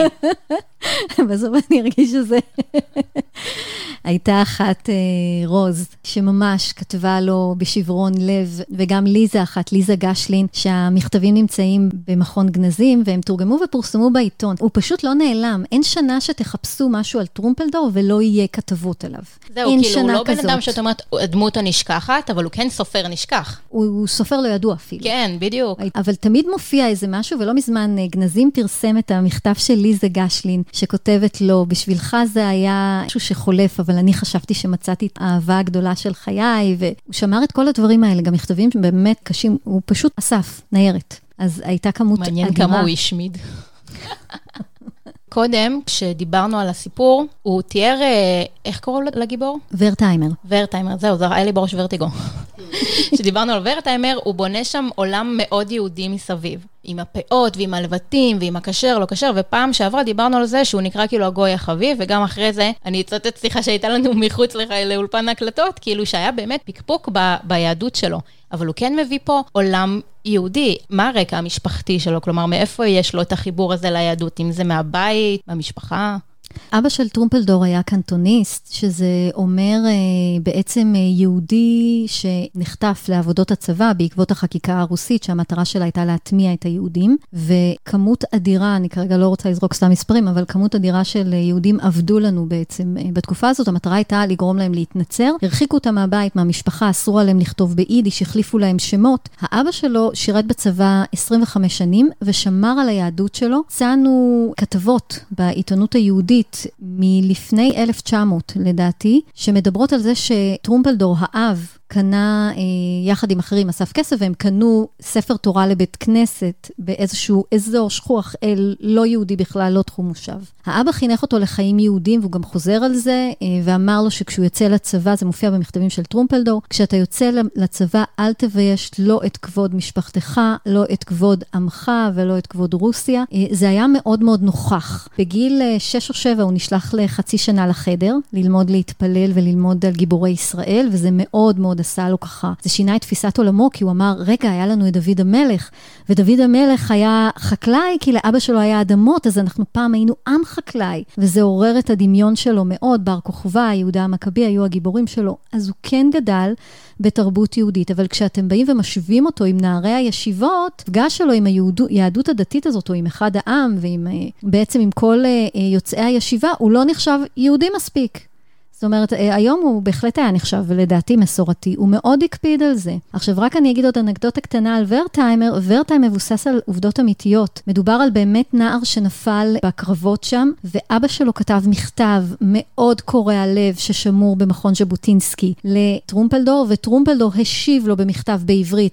בסוף אני ארגיש שזה. הייתה אחת אה, רוז, שממש כתבה לו בשברון לב, וגם ליזה אחת, ליזה גשלין, שהמכתבים נמצאים במכון גנזים, והם תורגמו ופורסמו בעיתון. הוא פשוט לא נעלם. אין שנה שתחפשו משהו על טרומפלדור, ולא יהיה כתבות עליו. זהו, כאילו, הוא לא בן אדם שאת אומרת, הדמות הנשכחת, אבל הוא כן סופר נשכח. הוא, הוא סופר לא ידוע אפילו. כן, בדיוק. אבל תמיד מופיע איזה משהו, ולא מזמן גנזים פרסם את המכתב של ליזה גשלין, שכותבת לו, בשבילך זה היה משהו שחולף, אבל אני חשבתי שמצאתי את האהבה הגדולה של חיי, והוא שמר את כל הדברים האלה, גם מכתבים שבאמת קשים, הוא פשוט אסף, ניירת. אז הייתה כמות אדירה. מעניין כמה הוא השמיד. קודם, כשדיברנו על הסיפור, הוא תיאר, איך קראו לגיבור? ורטהיימר. ורטהיימר, זהו, זה היה לי בראש ורטיגו. כשדיברנו על ורטהיימר, הוא בונה שם עולם מאוד יהודי מסביב. עם הפאות ועם הלבטים ועם הכשר, לא כשר, ופעם שעברה דיברנו על זה שהוא נקרא כאילו הגוי החביב, וגם אחרי זה, אני אצטט שיחה שהייתה לנו מחוץ לך לאולפן ההקלטות, כאילו שהיה באמת פיקפוק ב- ביהדות שלו. אבל הוא כן מביא פה עולם יהודי. מה הרקע המשפחתי שלו? כלומר, מאיפה יש לו את החיבור הזה ליהדות? אם זה מהבית, מהמשפחה? אבא של טרומפלדור היה קנטוניסט, שזה אומר אה, בעצם אה, יהודי שנחטף לעבודות הצבא בעקבות החקיקה הרוסית, שהמטרה שלה הייתה להטמיע את היהודים, וכמות אדירה, אני כרגע לא רוצה לזרוק סתם מספרים, אבל כמות אדירה של יהודים עבדו לנו בעצם אה, בתקופה הזאת, המטרה הייתה לגרום להם להתנצר, הרחיקו אותם מהבית, מהמשפחה, אסרו עליהם לכתוב ביידיש, החליפו להם שמות. האבא שלו שירת בצבא עשרים וחמש שנים, ושמר על היהדות שלו. צאנו כתבות בעיתונות היהודית מלפני אלף תשע מאות, לדעתי, שמדברות על זה שטרומפלדור, האב, קנה אה, יחד עם אחרים, אסף כסף, והם קנו ספר תורה לבית כנסת באיזשהו אזור שכוח אל לא יהודי בכלל, לא תחום מושב. האבא חינך אותו לחיים יהודים, והוא גם חוזר על זה, אה, ואמר לו שכשהוא יוצא לצבא, זה מופיע במכתבים של טרומפלדור, כשאתה יוצא לצבא, אל תבייש לא את כבוד משפחתך, לא את כבוד עמך, ולא את כבוד רוסיה. אה, זה היה מאוד מאוד נוכח. בגיל אה, שש או שבע הוא נשלח לחצי שנה לחדר, ללמוד להתפלל וללמוד על גיבורי ישראל, וזה מאוד מאוד עשה לו ככה. זה שינה את תפיסת עולמו, כי הוא אמר, רגע, היה לנו את דוד המלך, ודוד המלך היה חקלאי, כי לאבא שלו היה אדמות, אז אנחנו פעם היינו עם חקלאי, וזה עורר את הדמיון שלו מאוד, בר כוכבא, יהודה המכבי, היו הגיבורים שלו, אז הוא כן גדל בתרבות יהודית, אבל כשאתם באים ומשווים אותו עם נערי הישיבות, פגש שלו עם היהדות הדתית הזאת, או עם אחד העם, ועם, בעצם עם כל יוצאי הישיבה, הוא לא נחשב יהודי מספיק. זאת אומרת, היום הוא בהחלט היה נחשב, ולדעתי מסורתי, הוא מאוד הקפיד על זה. עכשיו, רק אני אגיד עוד אנקדוטה קטנה על ורטהיימר, ורטהיימר מבוסס על עובדות אמיתיות. מדובר על באמת נער שנפל בקרבות שם, ואבא שלו כתב מכתב מאוד קורע לב ששמור במכון ז'בוטינסקי לטרומפלדור, וטרומפלדור השיב לו במכתב בעברית.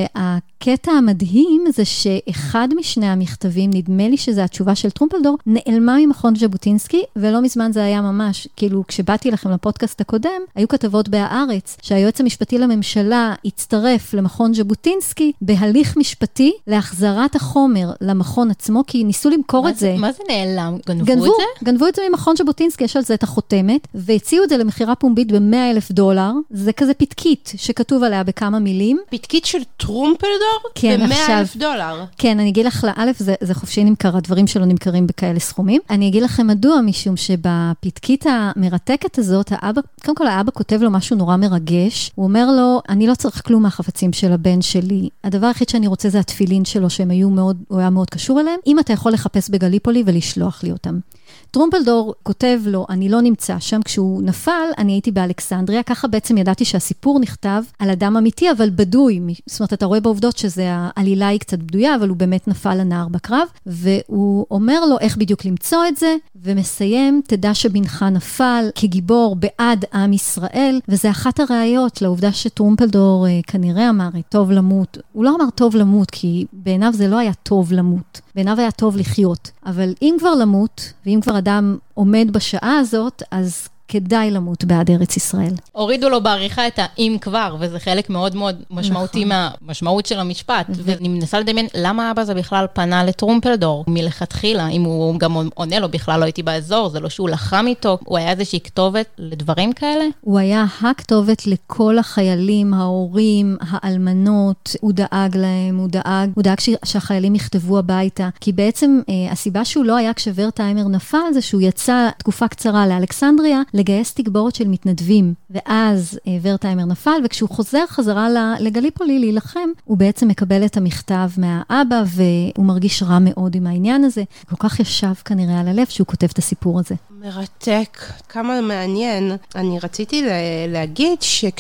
והקטע המדהים זה שאחד משני המכתבים, נדמה לי שזה התשובה של טרומפלדור, נעלמה ממכון ז'בוטינסקי, ולא מזמן זה היה ממש, כאילו כשבאתי לכם לפודקאסט הקודם, היו כתבות בהארץ, שהיועץ המשפטי לממשלה הצטרף למכון ז'בוטינסקי, בהליך משפטי להחזרת החומר למכון עצמו, כי ניסו למכור את זה. מה זה נעלם? גנבו, גנבו את זה? גנבו את זה ממכון ז'בוטינסקי, יש על זה את החותמת, והציעו את זה למחירה פומבית ב-מאה אלף דולר, זה כזה פתקית שכתוב עליה בכמה מילים. פתקית של טרומפלדור? כן, ב-מאה אלף דולר. כן, אני אגיד לך, לאלף, זה, זה חופשי נמכר, הדברים שלו נמכרים בכאלה סכומים. אני אגיד לכם מדוע, משום שבפתקית המרתקת הזאת, האבא, קודם כל האבא כותב לו משהו נורא מרגש, הוא אומר לו, אני לא צריך כלום מהחפצים של הבן שלי, הדבר היחיד שאני רוצה זה התפילין שלו, שהם היו מאוד, הוא היה מאוד קשור אליהם, אם אתה יכול לחפש בגליפולי ולשלוח לי אותם. טרומפלדור כותב לו, אני לא נמצא שם, כשהוא נפל, אני הייתי באלכסנדריה, ככה בעצם ידעתי שהסיפור נכתב על אדם אמיתי, אבל בדוי, זאת אומרת, אתה רואה בעובדות שזה העלילה היא קצת בדויה, אבל הוא באמת נפל לנער בקרב, והוא אומר לו איך בדיוק למצוא את זה, ומסיים, תדע שבנך נפל כגיבור בעד עם ישראל, וזה אחת הראיות לעובדה שטרומפלדור כנראה אמר, טוב למות. הוא לא אמר טוב למות, כי בעיניו זה לא היה טוב למות. בעיניו היה טוב לחיות. אבל אם כבר למות, ואם כבר אדם עומד בשעה הזאת, אז כדאי למות בעד ארץ ישראל. הורידו לו בעריכה את האם כבר, וזה חלק מאוד מאוד משמעותי מהמשמעות של המשפט. ואני מנסה לדמיין, למה אבא זה בכלל פנה לטרומפלדור מלכתחילה? אם הוא גם עונה לו, בכלל לא הייתי באזור, זה לא שהוא לחם איתו, הוא היה איזושהי כתובת לדברים כאלה? הוא היה הכתובת לכל החיילים, ההורים, האלמנות, הוא דאג להם, הוא דאג, הוא דאג שהחיילים יכתבו הביתה, כי בעצם הסיבה שהוא לא היה כשוורטהיימר נפל, זה שהוא יצא תקופה קצרה לאלכסנדריה, לגייס תגבורת של מתנדבים, ואז ורטהיימר נפל, וכשהוא חוזר חזרה לגליפולי להילחם, הוא בעצם מקבל את המכתב מהאבא, והוא מרגיש רע מאוד עם העניין הזה. כל כך ישב כנראה על הלב שהוא כותב את הסיפור הזה. מרתק, כמה מעניין. אני רציתי להגיד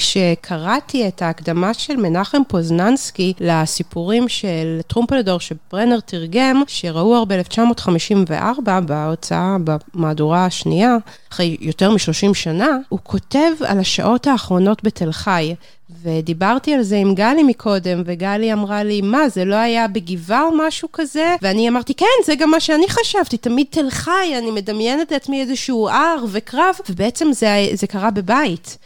שכשקראתי את ההקדמה של מנחם פוזננסקי לסיפורים של טרומפלדור שברנר תרגם, שראו הרבה ב-אלף תשע מאות חמישים וארבע בהוצאה במהדורה השנייה, אחרי יותר מ-שלושים שנה, הוא כותב על השעות האחרונות בתל חי, ודיברתי על זה עם גלי מקודם, וגלי אמרה לי, מה, זה לא היה בגבעה או משהו כזה? ואני אמרתי, כן, זה גם מה שאני חשבתי, תמיד תל חי, אני מדמיינת את עצמי איזשהו ער וקרב, ובעצם זה, זה קרה בבית.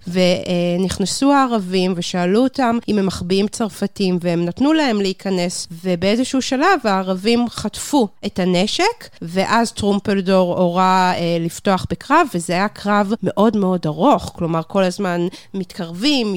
ונכנסו הערבים ושאלו אותם אם הם מחביאים צרפתים, והם נתנו להם להיכנס, ובאיזשהו שלב הערבים חטפו את הנשק, ואז טרומפלדור הורה אה, לפתוח בקרב, וזה היה קרב מאוד מאוד ארוך, כלומר כל הזמן מתקרבים, יוצאים,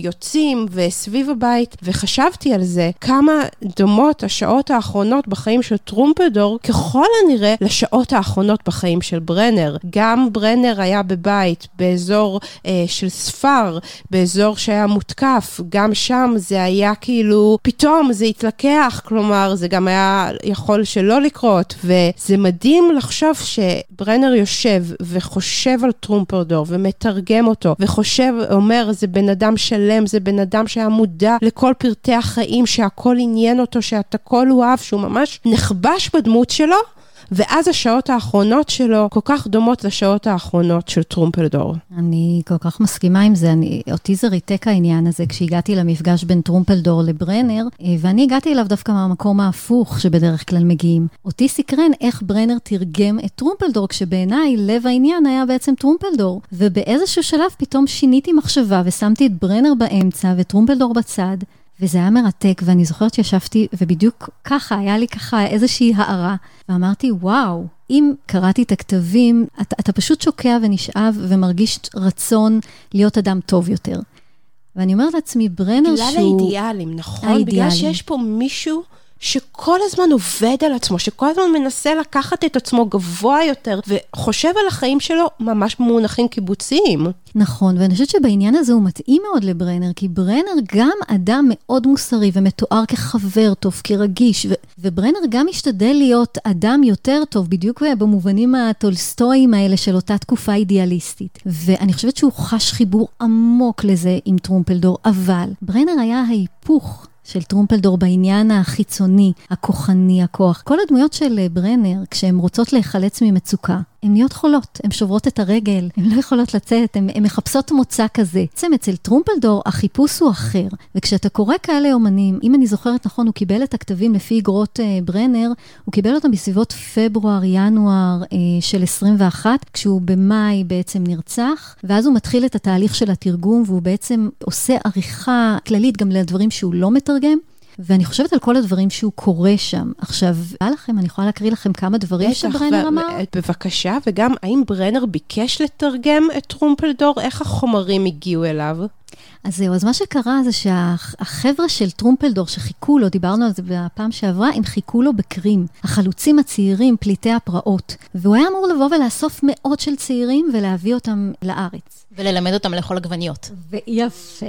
בחיים וסביב הבית, וחשבתי על זה, כמה דומות השעות האחרונות בחיים של טרומפלדור, ככל הנראה לשעות האחרונות בחיים של ברנר. גם ברנר היה בבית, באזור אה, של ספר, באזור שהיה מותקף, גם שם זה היה כאילו, פתאום זה התלקח, כלומר זה גם היה יכול שלא לקרות, וזה מדהים לחשוב שברנר יושב וחושב על טרומפלדור ומתרגם אותו, וחושב, אומר, זה בן אדם שלם, זה בן אדם שהיה מודע לכל פרטי החיים, שהכל עניין אותו, שאת הכל הוא אהב, שהוא ממש נכבש בדמות שלו, ואז השעות האחרונות שלו כל כך דומות לשעות האחרונות של טרומפלדור. אני כל כך מסכימה עם זה, אני, אותי זה ריתק העניין הזה כשהגעתי למפגש בין טרומפלדור לברנר, ואני הגעתי אליו דווקא מהמקום ההפוך שבדרך כלל מגיעים. אותי סקרן איך ברנר תרגם את טרומפלדור, כשבעיניי לב העניין היה בעצם טרומפלדור, ובאיזשהו שלב פתאום שיניתי מחשבה ושמתי את ברנר באמצע וטרומפלדור בצד, וזה היה מרתק, ואני זוכרת שישבתי, ובדיוק ככה, היה לי ככה איזושהי הערה, ואמרתי, וואו, אם קראתי את הכתבים, אתה, אתה פשוט שוקע ונשאב, ומרגיש רצון להיות אדם טוב יותר. ואני אומרת לעצמי, ברנר בגלל שהוא... בגלל האידיאלים, נכון? האידיאלים. בגלל שיש פה מישהו שכל הזמן עובד על עצמו, שכל הזמן מנסה לקחת את עצמו גבוה יותר, וחושב על החיים שלו ממש במונחים קיבוציים. נכון, ואני חושבת שבעניין הזה הוא מתאים מאוד לברנר, כי ברנר גם אדם מאוד מוסרי ומתואר כחבר טוב, כרגיש, ו- וברנר גם משתדל להיות אדם יותר טוב, בדיוק במובנים הטולסטויים האלה של אותה תקופה אידיאליסטית. ואני חושבת שהוא חש חיבור עמוק לזה עם טרומפלדור, אבל ברנר היה ההיפוך של טרומפלדור בעניין החיצוני, הכוחני, הכוח. כל הדמויות של ברנר, כשהן רוצות להיחלץ ממצוקה, הן נהיות חולות, הן שוברות את הרגל, הן לא יכולות לצאת, הן, הן מחפשות מוצא כזה. בעצם אצל טרומפלדור החיפוש הוא אחר, וכשאתה קורא כאלה אומנים, אם אני זוכרת נכון, הוא קיבל את הכתבים לפי אגרות אה, ברנר, הוא קיבל אותם בסביבות פברואר, ינואר אה, של עשרים ואחת, כשהוא במאי בעצם נרצח, ואז הוא מתחיל את התהליך של התרגום, והוא בעצם עושה עריכה כללית גם לדברים שהוא לא מתרגם, ואני חושבת על כל הדברים שהוא קורא שם. עכשיו, בא לכם, אני יכולה להקריא לכם כמה דברים שברנר אמר? בבקשה, וגם האם ברנר ביקש לתרגם את טרומפלדור? איך החומרים הגיעו אליו? אז זהו, אז מה שקרה זה שהחבר'ה של טרומפלדור שחיכו לו, דיברנו על זה בפעם שעברה, הם חיכו לו בקרים. החלוצים הצעירים, פליטי הפרעות. והוא היה אמור לבוא ולאסוף מאות של צעירים ולהביא אותם לארץ. וללמד אותם לאכול עגבניות. ויפה.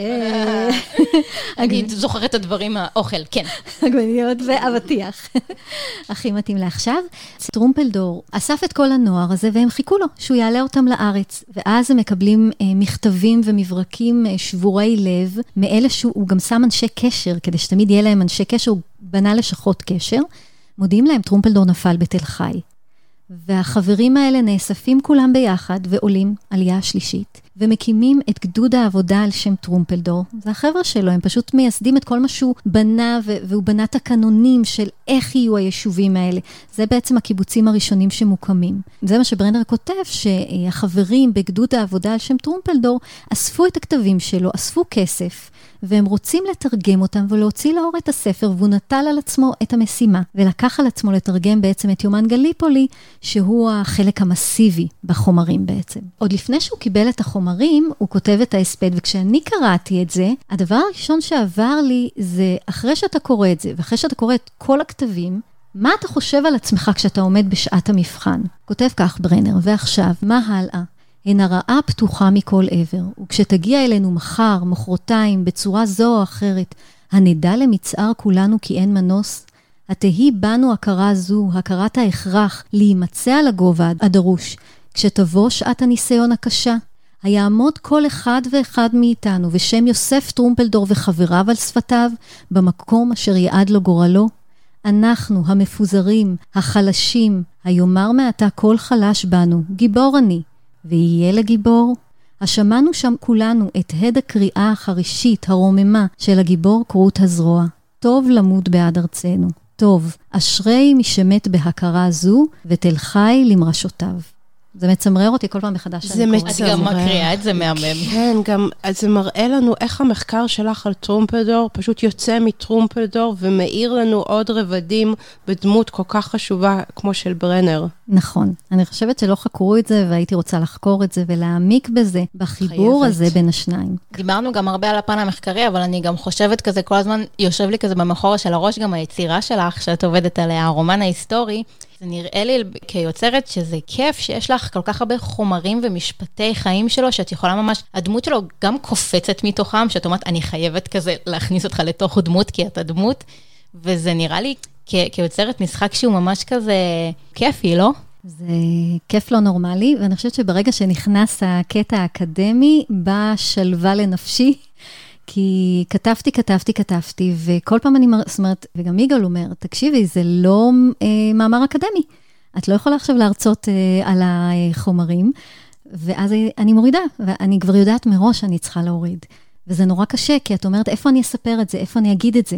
אני זוכרת את הדברים, האוכל, כן. עגבניות ואבטיח. הכי מתאים לעכשיו. טרומפלדור אסף את כל הנוער הזה, והם חיכו לו שהוא יעלה אותם לארץ. ואז הם מקבלים מכתבים ומברקים שבורי לב, מאלה שהוא גם שם אנשי קשר, כדי שתמיד יהיה להם אנשי קשר, הוא בנה לשכות קשר. מודיעים להם, טרומפלדור נפל בתל חי. והחברים האלה נאספים כולם ביחד ועולים עלייה שלישית, ומקימים את גדוד העבודה על שם טרומפלדור. זה החבר'ה שלו, הם פשוט מייסדים את כל מה שהוא בנה, והוא בנה את הקנונים של איך יהיו היישובים האלה. זה בעצם הקיבוצים הראשונים שמוקמים. זה מה שברנר כותב, שהחברים בגדוד העבודה על שם טרומפלדור אספו את הכתבים שלו, אספו כסף, והם רוצים לתרגם אותם ולהוציא לאור את הספר, והוא נטל על עצמו את המשימה, ולקח על עצמו לתרגם בעצם את יומן גליפולי, שהוא החלק המסיבי בחומרים בעצם. עוד לפני שהוא קיבל את החומרים, הוא כותב את ההספד, וכשאני קראתי את זה, הדבר הראשון שעבר לי זה, אחרי שאתה קורא את זה, ואחרי שאתה קורא את כל הכתבים, מה אתה חושב על עצמך כשאתה עומד בשעת המבחן? כותב כך ברנר, ועכשיו, מה הלאה? הן הרעה פתוחה מכל עבר, וכשתגיע אלינו מחר, מחרתיים, בצורה זו או אחרת, הנדע למצער כולנו כי אין מנוס, התהי בנו הכרה זו, הכרת ההכרח, להימצא על הגובה הדרוש, כשתבוא שעת הניסיון הקשה, היעמוד כל אחד ואחד מאיתנו, ושם יוסף טרומפלדור וחבריו על שפתיו, במקום אשר יעד לו גורלו, אנחנו המפוזרים, החלשים, היומר מעתה כל חלש בנו, גיבור אני, ויהיה לגיבור. השמענו שם כולנו את הד הקריאה החרישית, הרוממה, של הגיבור קרות הזרוע. טוב למות בעד ארצנו. טוב, אשרי מי שמת בהכרה זו, ותל חי למרשותיו. זה מצמרר אותי כל פעם מחדש שאני קוראת. את גם מקריאה את זה מהמם. כן, גם זה מראה לנו איך המחקר שלך על טרומפלדור פשוט יוצא מטרומפלדור ומאיר לנו עוד רבדים בדמות כל כך חשובה כמו של ברנר. נכון. אני חושבת שלא חקרו את זה והייתי רוצה לחקור את זה ולהעמיק בזה בחיבור הזה בין השניים. דיברנו גם הרבה על הפן המחקרי, אבל אני גם חושבת כזה כל הזמן, יושב לי כזה במחורה של הראש גם היצירה שלך שאת עובדת עליה, הרומן ההיסטורי. זה נראה לי כיוצרת שזה כיף שיש לך כל כך הרבה חומרים ומשפטי חיים שלו, שאת יכולה ממש, הדמות שלו גם קופצת מתוכם, שאת אומרת, אני חייבת כזה להכניס אותך לתוך דמות, כי אתה דמות, וזה נראה לי כ- כיוצרת משחק שהוא ממש כזה כיפי, לא? זה כיף לא נורמלי, ואני חושבת שברגע שנכנס הקטע האקדמי, בא שלווה לנפשי, כי כתבתי, כתבתי, כתבתי, וכל פעם אני, זאת אומרת, וגם יגאל אומר, תקשיבי, זה לא אה, מאמר אקדמי. את לא יכולה עכשיו להרצות אה, על החומרים, ואז אני מורידה, ואני כבר יודעת מראש שאני צריכה להוריד. וזה נורא קשה, כי את אומרת, איפה אני אספר את זה, איפה אני אגיד את זה.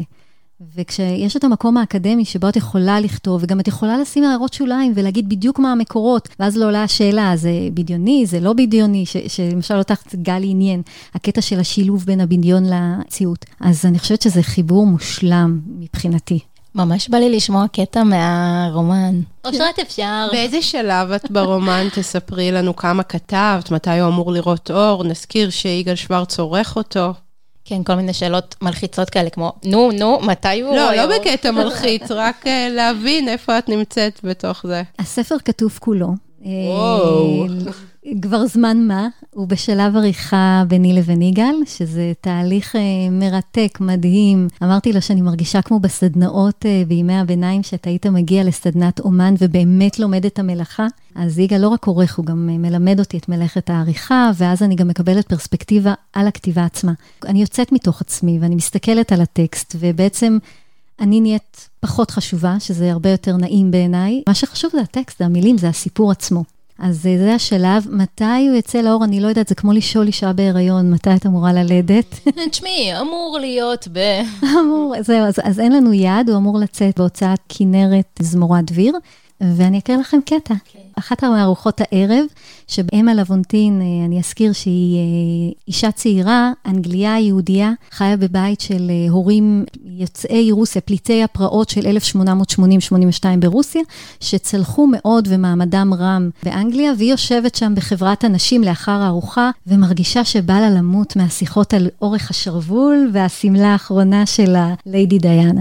וכשיש את המקום האקדמי שבו את יכולה לכתוב, וגם את יכולה לשים הערות שוליים ולהגיד בדיוק מה המקורות, ואז לא עולה השאלה, זה בדיוני, זה לא בדיוני, שלמשל אותך גלי עניין, הקטע של השילוב בין הבדיון למציאות. אז אני חושבת שזה חיבור מושלם מבחינתי. ממש בא לי לשמוע קטע מהרומן. אושרת אפשר. באיזה שלב את ברומן תספרי לנו כמה כתבת, מתי הוא אמור לראות אור, נזכיר שיגאל שוורץ עורך אותו. כן, כל מיני שאלות מלחיצות כאלה, כמו, נו, נו, מתי הוא... לא, לא בקטע מלחיץ, רק להבין איפה את נמצאת בתוך זה. הספר כתוב כולו. וואו. כבר זמן מה, הוא בשלב עריכה ביני לבין יגאל, שזה תהליך מרתק, מדהים. אמרתי לו שאני מרגישה כמו בסדנאות בימי הביניים, שאתה היית מגיע לסדנת אומן ובאמת לומד את המלאכה. אז יגאל לא רק עורך, הוא גם מלמד אותי את מלאכת העריכה, ואז אני גם מקבלת פרספקטיבה על הכתיבה עצמה. אני יוצאת מתוך עצמי ואני מסתכלת על הטקסט, ובעצם אני נהיית פחות חשובה, שזה הרבה יותר נעים בעיניי. מה שחשוב זה הטקסט, זה המילים, זה הסיפור עצמו. אז זה השלב, מתי הוא יצא לאור, אני לא יודעת, זה כמו לשאול אישה בהיריון, מתי את אמורה ללדת? תשמעי, אמור להיות ב... אמור, זהו, אז, אז אין לנו יד, הוא אמור לצאת בהוצאת כנרת זמורת דביר, ואני אקריא לכם קטע. Okay. אחת מהארוחות הערב, שבאמה לבונטין, אני אזכיר שהיא אישה צעירה, אנגליה, יהודיה, חיה בבית של הורים יוצאי רוסיה, פליטי הפרעות של אלף שמונה מאות שמונים שמונים ושתיים ברוסיה, שצלחו מאוד ומעמדם רם באנגליה, והיא יושבת שם בחברת הנשים לאחר הארוחה, ומרגישה שבא לה למות מהשיחות על אורך השרוול, והסמלה האחרונה של הליידי דיאנה.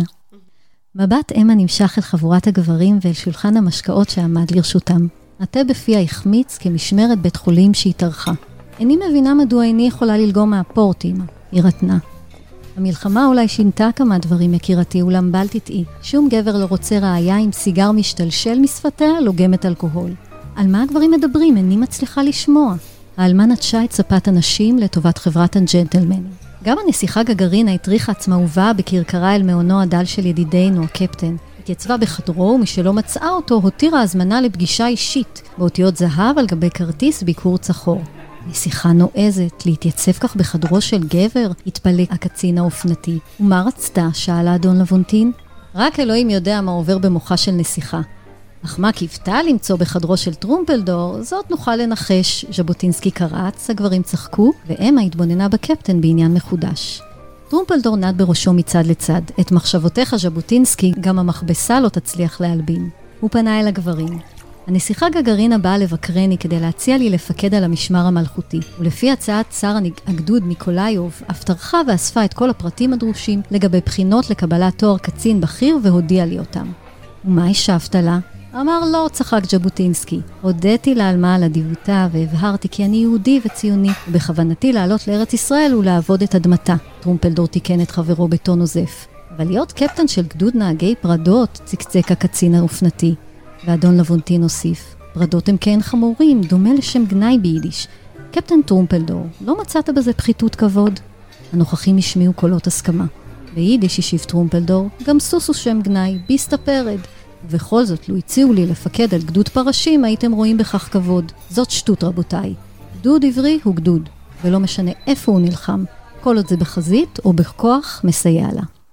מבט אמה נמשך אל חבורת הגברים ואל שולחן המשקאות שעמד לרשותם. התה בפיה החמיץ כמשמרת בית חולים שהתארחה. איני מבינה מדוע איני יכולה ללגום מהפורט, אמא, היא רתנה. המלחמה אולי שינתה כמה דברים יקירתי, אולם בל תטעי. שום גבר לא רוצה רעיה עם סיגר משתלשל משפתיה, לוגמת אלכוהול. על מה הגברים מדברים? איני מצליחה לשמוע. האלמן נטשה את ספת הנשים לטובת חברת הג'נטלמנים. גם הנסיכה גגרינה התריחה עצמה ובאה בקרקרה אל מעונו הדל של ידידנו, הקפטן. התייצבה בחדרו, ומשלא מצאה אותו, הותירה הזמנה לפגישה אישית, באותיות זהב על גבי כרטיס ביקור צחור. נסיכה נועזת, להתייצב כך בחדרו של גבר, התפלק הקצין האופנתי. ומה רצתה? שאלה אדון לבונטין. רק אלוהים יודע מה עובר במוחה של נסיכה. אך מה קיוותה למצוא בחדרו של טרומפלדור, זאת נוכל לנחש. ז'בוטינסקי קרץ, הגברים צחקו, ואמה התבוננה בקפטן בעניין מחודש. טרומפלדור נד בראשו מצד לצד. את מחשבותיך ז'בוטינסקי, גם המכבסה לא תצליח להלבין. הוא פנה אל הגברים. הנסיכה גגרינה באה לבקרני כדי להציע לי לפקד על המשמר המלכותי, ולפי הצעת שר הגדוד ניקולאיוב, אף טרחה ואספה את כל הפרטים הדרושים לגבי בחינות לקבלת תואר קצין בכיר והודיע לי אותם. ומה השבת לה? אמר לא, צחק ז'בוטינסקי. הודיתי לאלמה על אדיבותה והבהרתי כי אני יהודי וציוני, ובכוונתי לעלות לארץ ישראל ולעבוד את אדמתה. טרומפלדור תיקן את חברו בטון נוזף. אבל להיות קפטן של גדוד נהגי פרדות, צקצק הקצין האופנתי. ואדון לבונטין הוסיף, פרדות הם כן חמורים, דומה לשם גנאי ביידיש. קפטן טרומפלדור, לא מצאת בזה פחיתות כבוד? הנוכחים השמיעו קולות הסכמה. ביידיש השיב טרומפלדור, גם סוס הוא שם גנאי, ביסטה פרד. ובכל זאת, לו הציעו לי לפקד על גדוד פרשים, הייתם רואים בכך כבוד. זאת שטות רבותיי. גדוד עברי הוא גדוד, ולא משנה איפה הוא נלחם, כל עוד זה בחזית או בכוח מסייע לה.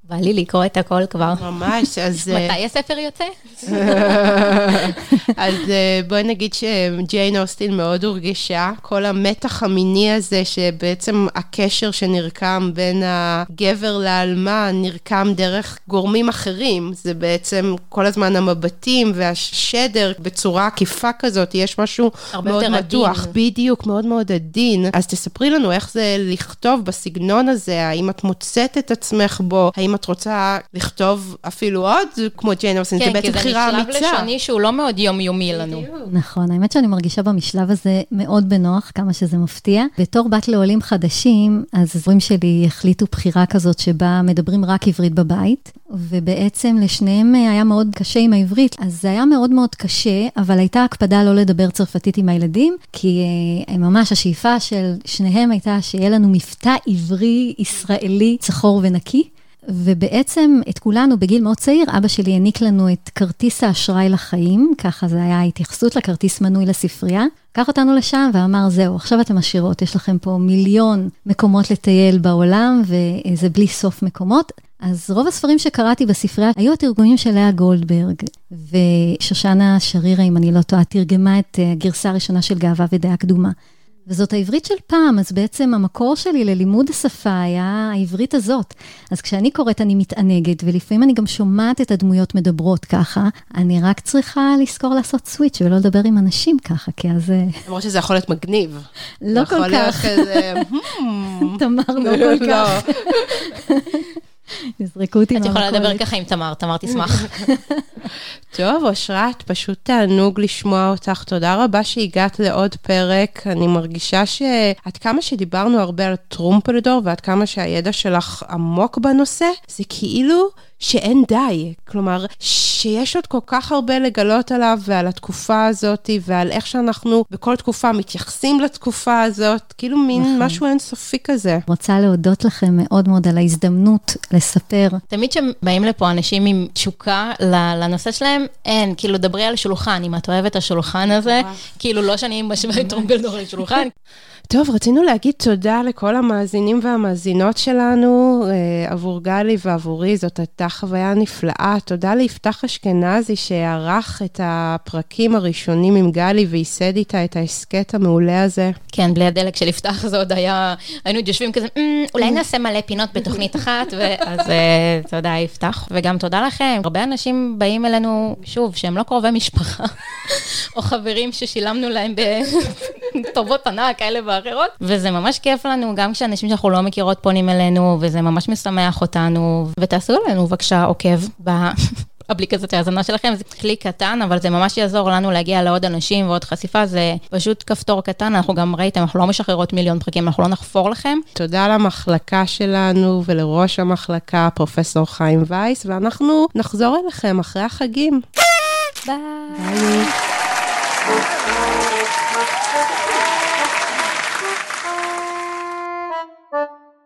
בא לי לקרוא את הכל כבר. ממש, אז... מתי הספר יוצא? אז בואי נגיד שג'יין אוסטין מאוד הורגשה, כל המתח המיני הזה, שבעצם הקשר שנרקם בין הגבר לאלמה, נרקם דרך גורמים אחרים, זה בעצם כל הזמן המבטים והשדר בצורה עקיפה כזאת, יש משהו מאוד מתוח, בדיוק, מאוד מאוד עדין. אז תספרי לנו איך זה לכתוב בסגנון הזה, האם את מוצאת את עצמך בו, האם את רוצה לכתוב אפילו עוד, כמו ג'יין אוסטין, זה בעצם בחירה אמיצה. כן, כי זה משלב לשוני שהוא לא מאוד יומיומי לנו. נכון, האמת שאני מרגישה במשלב הזה מאוד בנוח, כמה שזה מפתיע. בתור בת לעולים חדשים, אז הזורים שלי החליטו בחירה כזאת שבה מדברים רק עברית בבית, ובעצם לשניהם היה מאוד קשה עם העברית, אז זה היה מאוד מאוד קשה, אבל הייתה הקפדה לא לדבר צרפתית עם הילדים, כי ממש השאיפה של שניהם הייתה שיהיה לנו מבטא עברי ישראלי צחור ונקי, ובעצם את כולנו בגיל מאוד צעיר, אבא שלי העניק לנו את כרטיס האשראי לחיים, ככה זה היה התייחסות לכרטיס מנוי לספרייה, קח אותנו לשם ואמר, זהו, עכשיו אתם עשירות, יש לכם פה מיליון מקומות לטייל בעולם, וזה בלי סוף מקומות. אז רוב הספרים שקראתי בספרייה היו התרגומים של לאה גולדברג, ושושנה שרירה, אם אני לא טועה, תרגמה את הגרסה הראשונה של גאווה ודעה קדומה. וזאת העברית של פעם, אז בעצם המקור שלי ללימוד השפה היה העברית הזאת. אז כשאני קוראת אני מתענגת, ולפעמים אני גם שומעת את הדמויות מדברות ככה, אני רק צריכה לזכור לעשות סוויץ' ולא לדבר עם אנשים ככה, כי אז... למרות שזה יכול להיות מגניב. לא כל כך. תמר, לא כל כך. נזרקו אותי את מהמקורת. יכולה לדבר ככה עם תמר, תמר תשמח. טוב, אושרת, פשוט תענוג לשמוע אותך. תודה רבה שהגעת לעוד פרק. אני מרגישה שעד כמה שדיברנו הרבה על טרומפלדור, ועד כמה שהידע שלך עמוק בנושא, זה כאילו שאין די. כלומר, שיש עוד כל כך הרבה לגלות עליו, ועל התקופה הזאת, ועל איך שאנחנו בכל תקופה מתייחסים לתקופה הזאת, כאילו מין משהו אינסופי כזה. רוצה להודות לכם מאוד מאוד על ההזדמנות לספר. תמיד שבאים לפה אנשים עם תשוקה לנושא שלהם, אין, כאילו דברי על שולחן, אם את אוהבת השולחן הזה, כאילו לא שאני משווה את טרומפלדור לשולחן. טוב, רצינו להגיד תודה לכל המאזינים והמאזינות שלנו, עבור גלי ועבורי, זאת הייתה חוויה נפלאה. תודה ליפתח אשכנזי שערך את הפרקים הראשונים עם גלי וייסד איתה את העסקת המעולה הזה. כן, בלי הדלק של יפתח זה עוד היה, היינו יושבים כזה, אולי נעשה מלא פינות בתוכנית אחת, אז תודה יפתח, וגם תודה לכם. הרבה אנשים באים אלינו, שוב, שהם לא קרובי משפחה, או חברים ששילמנו להם בטובות הנאה כאלה ואחרות, וזה ממש כיף לנו, גם כשאנשים שאנחנו לא מכירות פונים אלינו, וזה ממש משמח אותנו, ותעשו לנו בבקשה עוקב באפליקציית ההאזנה שלכם, זה כלי קטן, אבל זה ממש יעזור לנו להגיע לעוד אנשים ועוד חשיפה, זה פשוט כפתור קטן, אנחנו גם ראיתם, אנחנו לא משחררות מיליון פרקים, אנחנו לא נחפור לכם. תודה למחלקה שלנו ולראש המחלקה, פרופסור חיים וייס, ואנחנו נחזור אליכם אחרי החגים. ביי. ביי.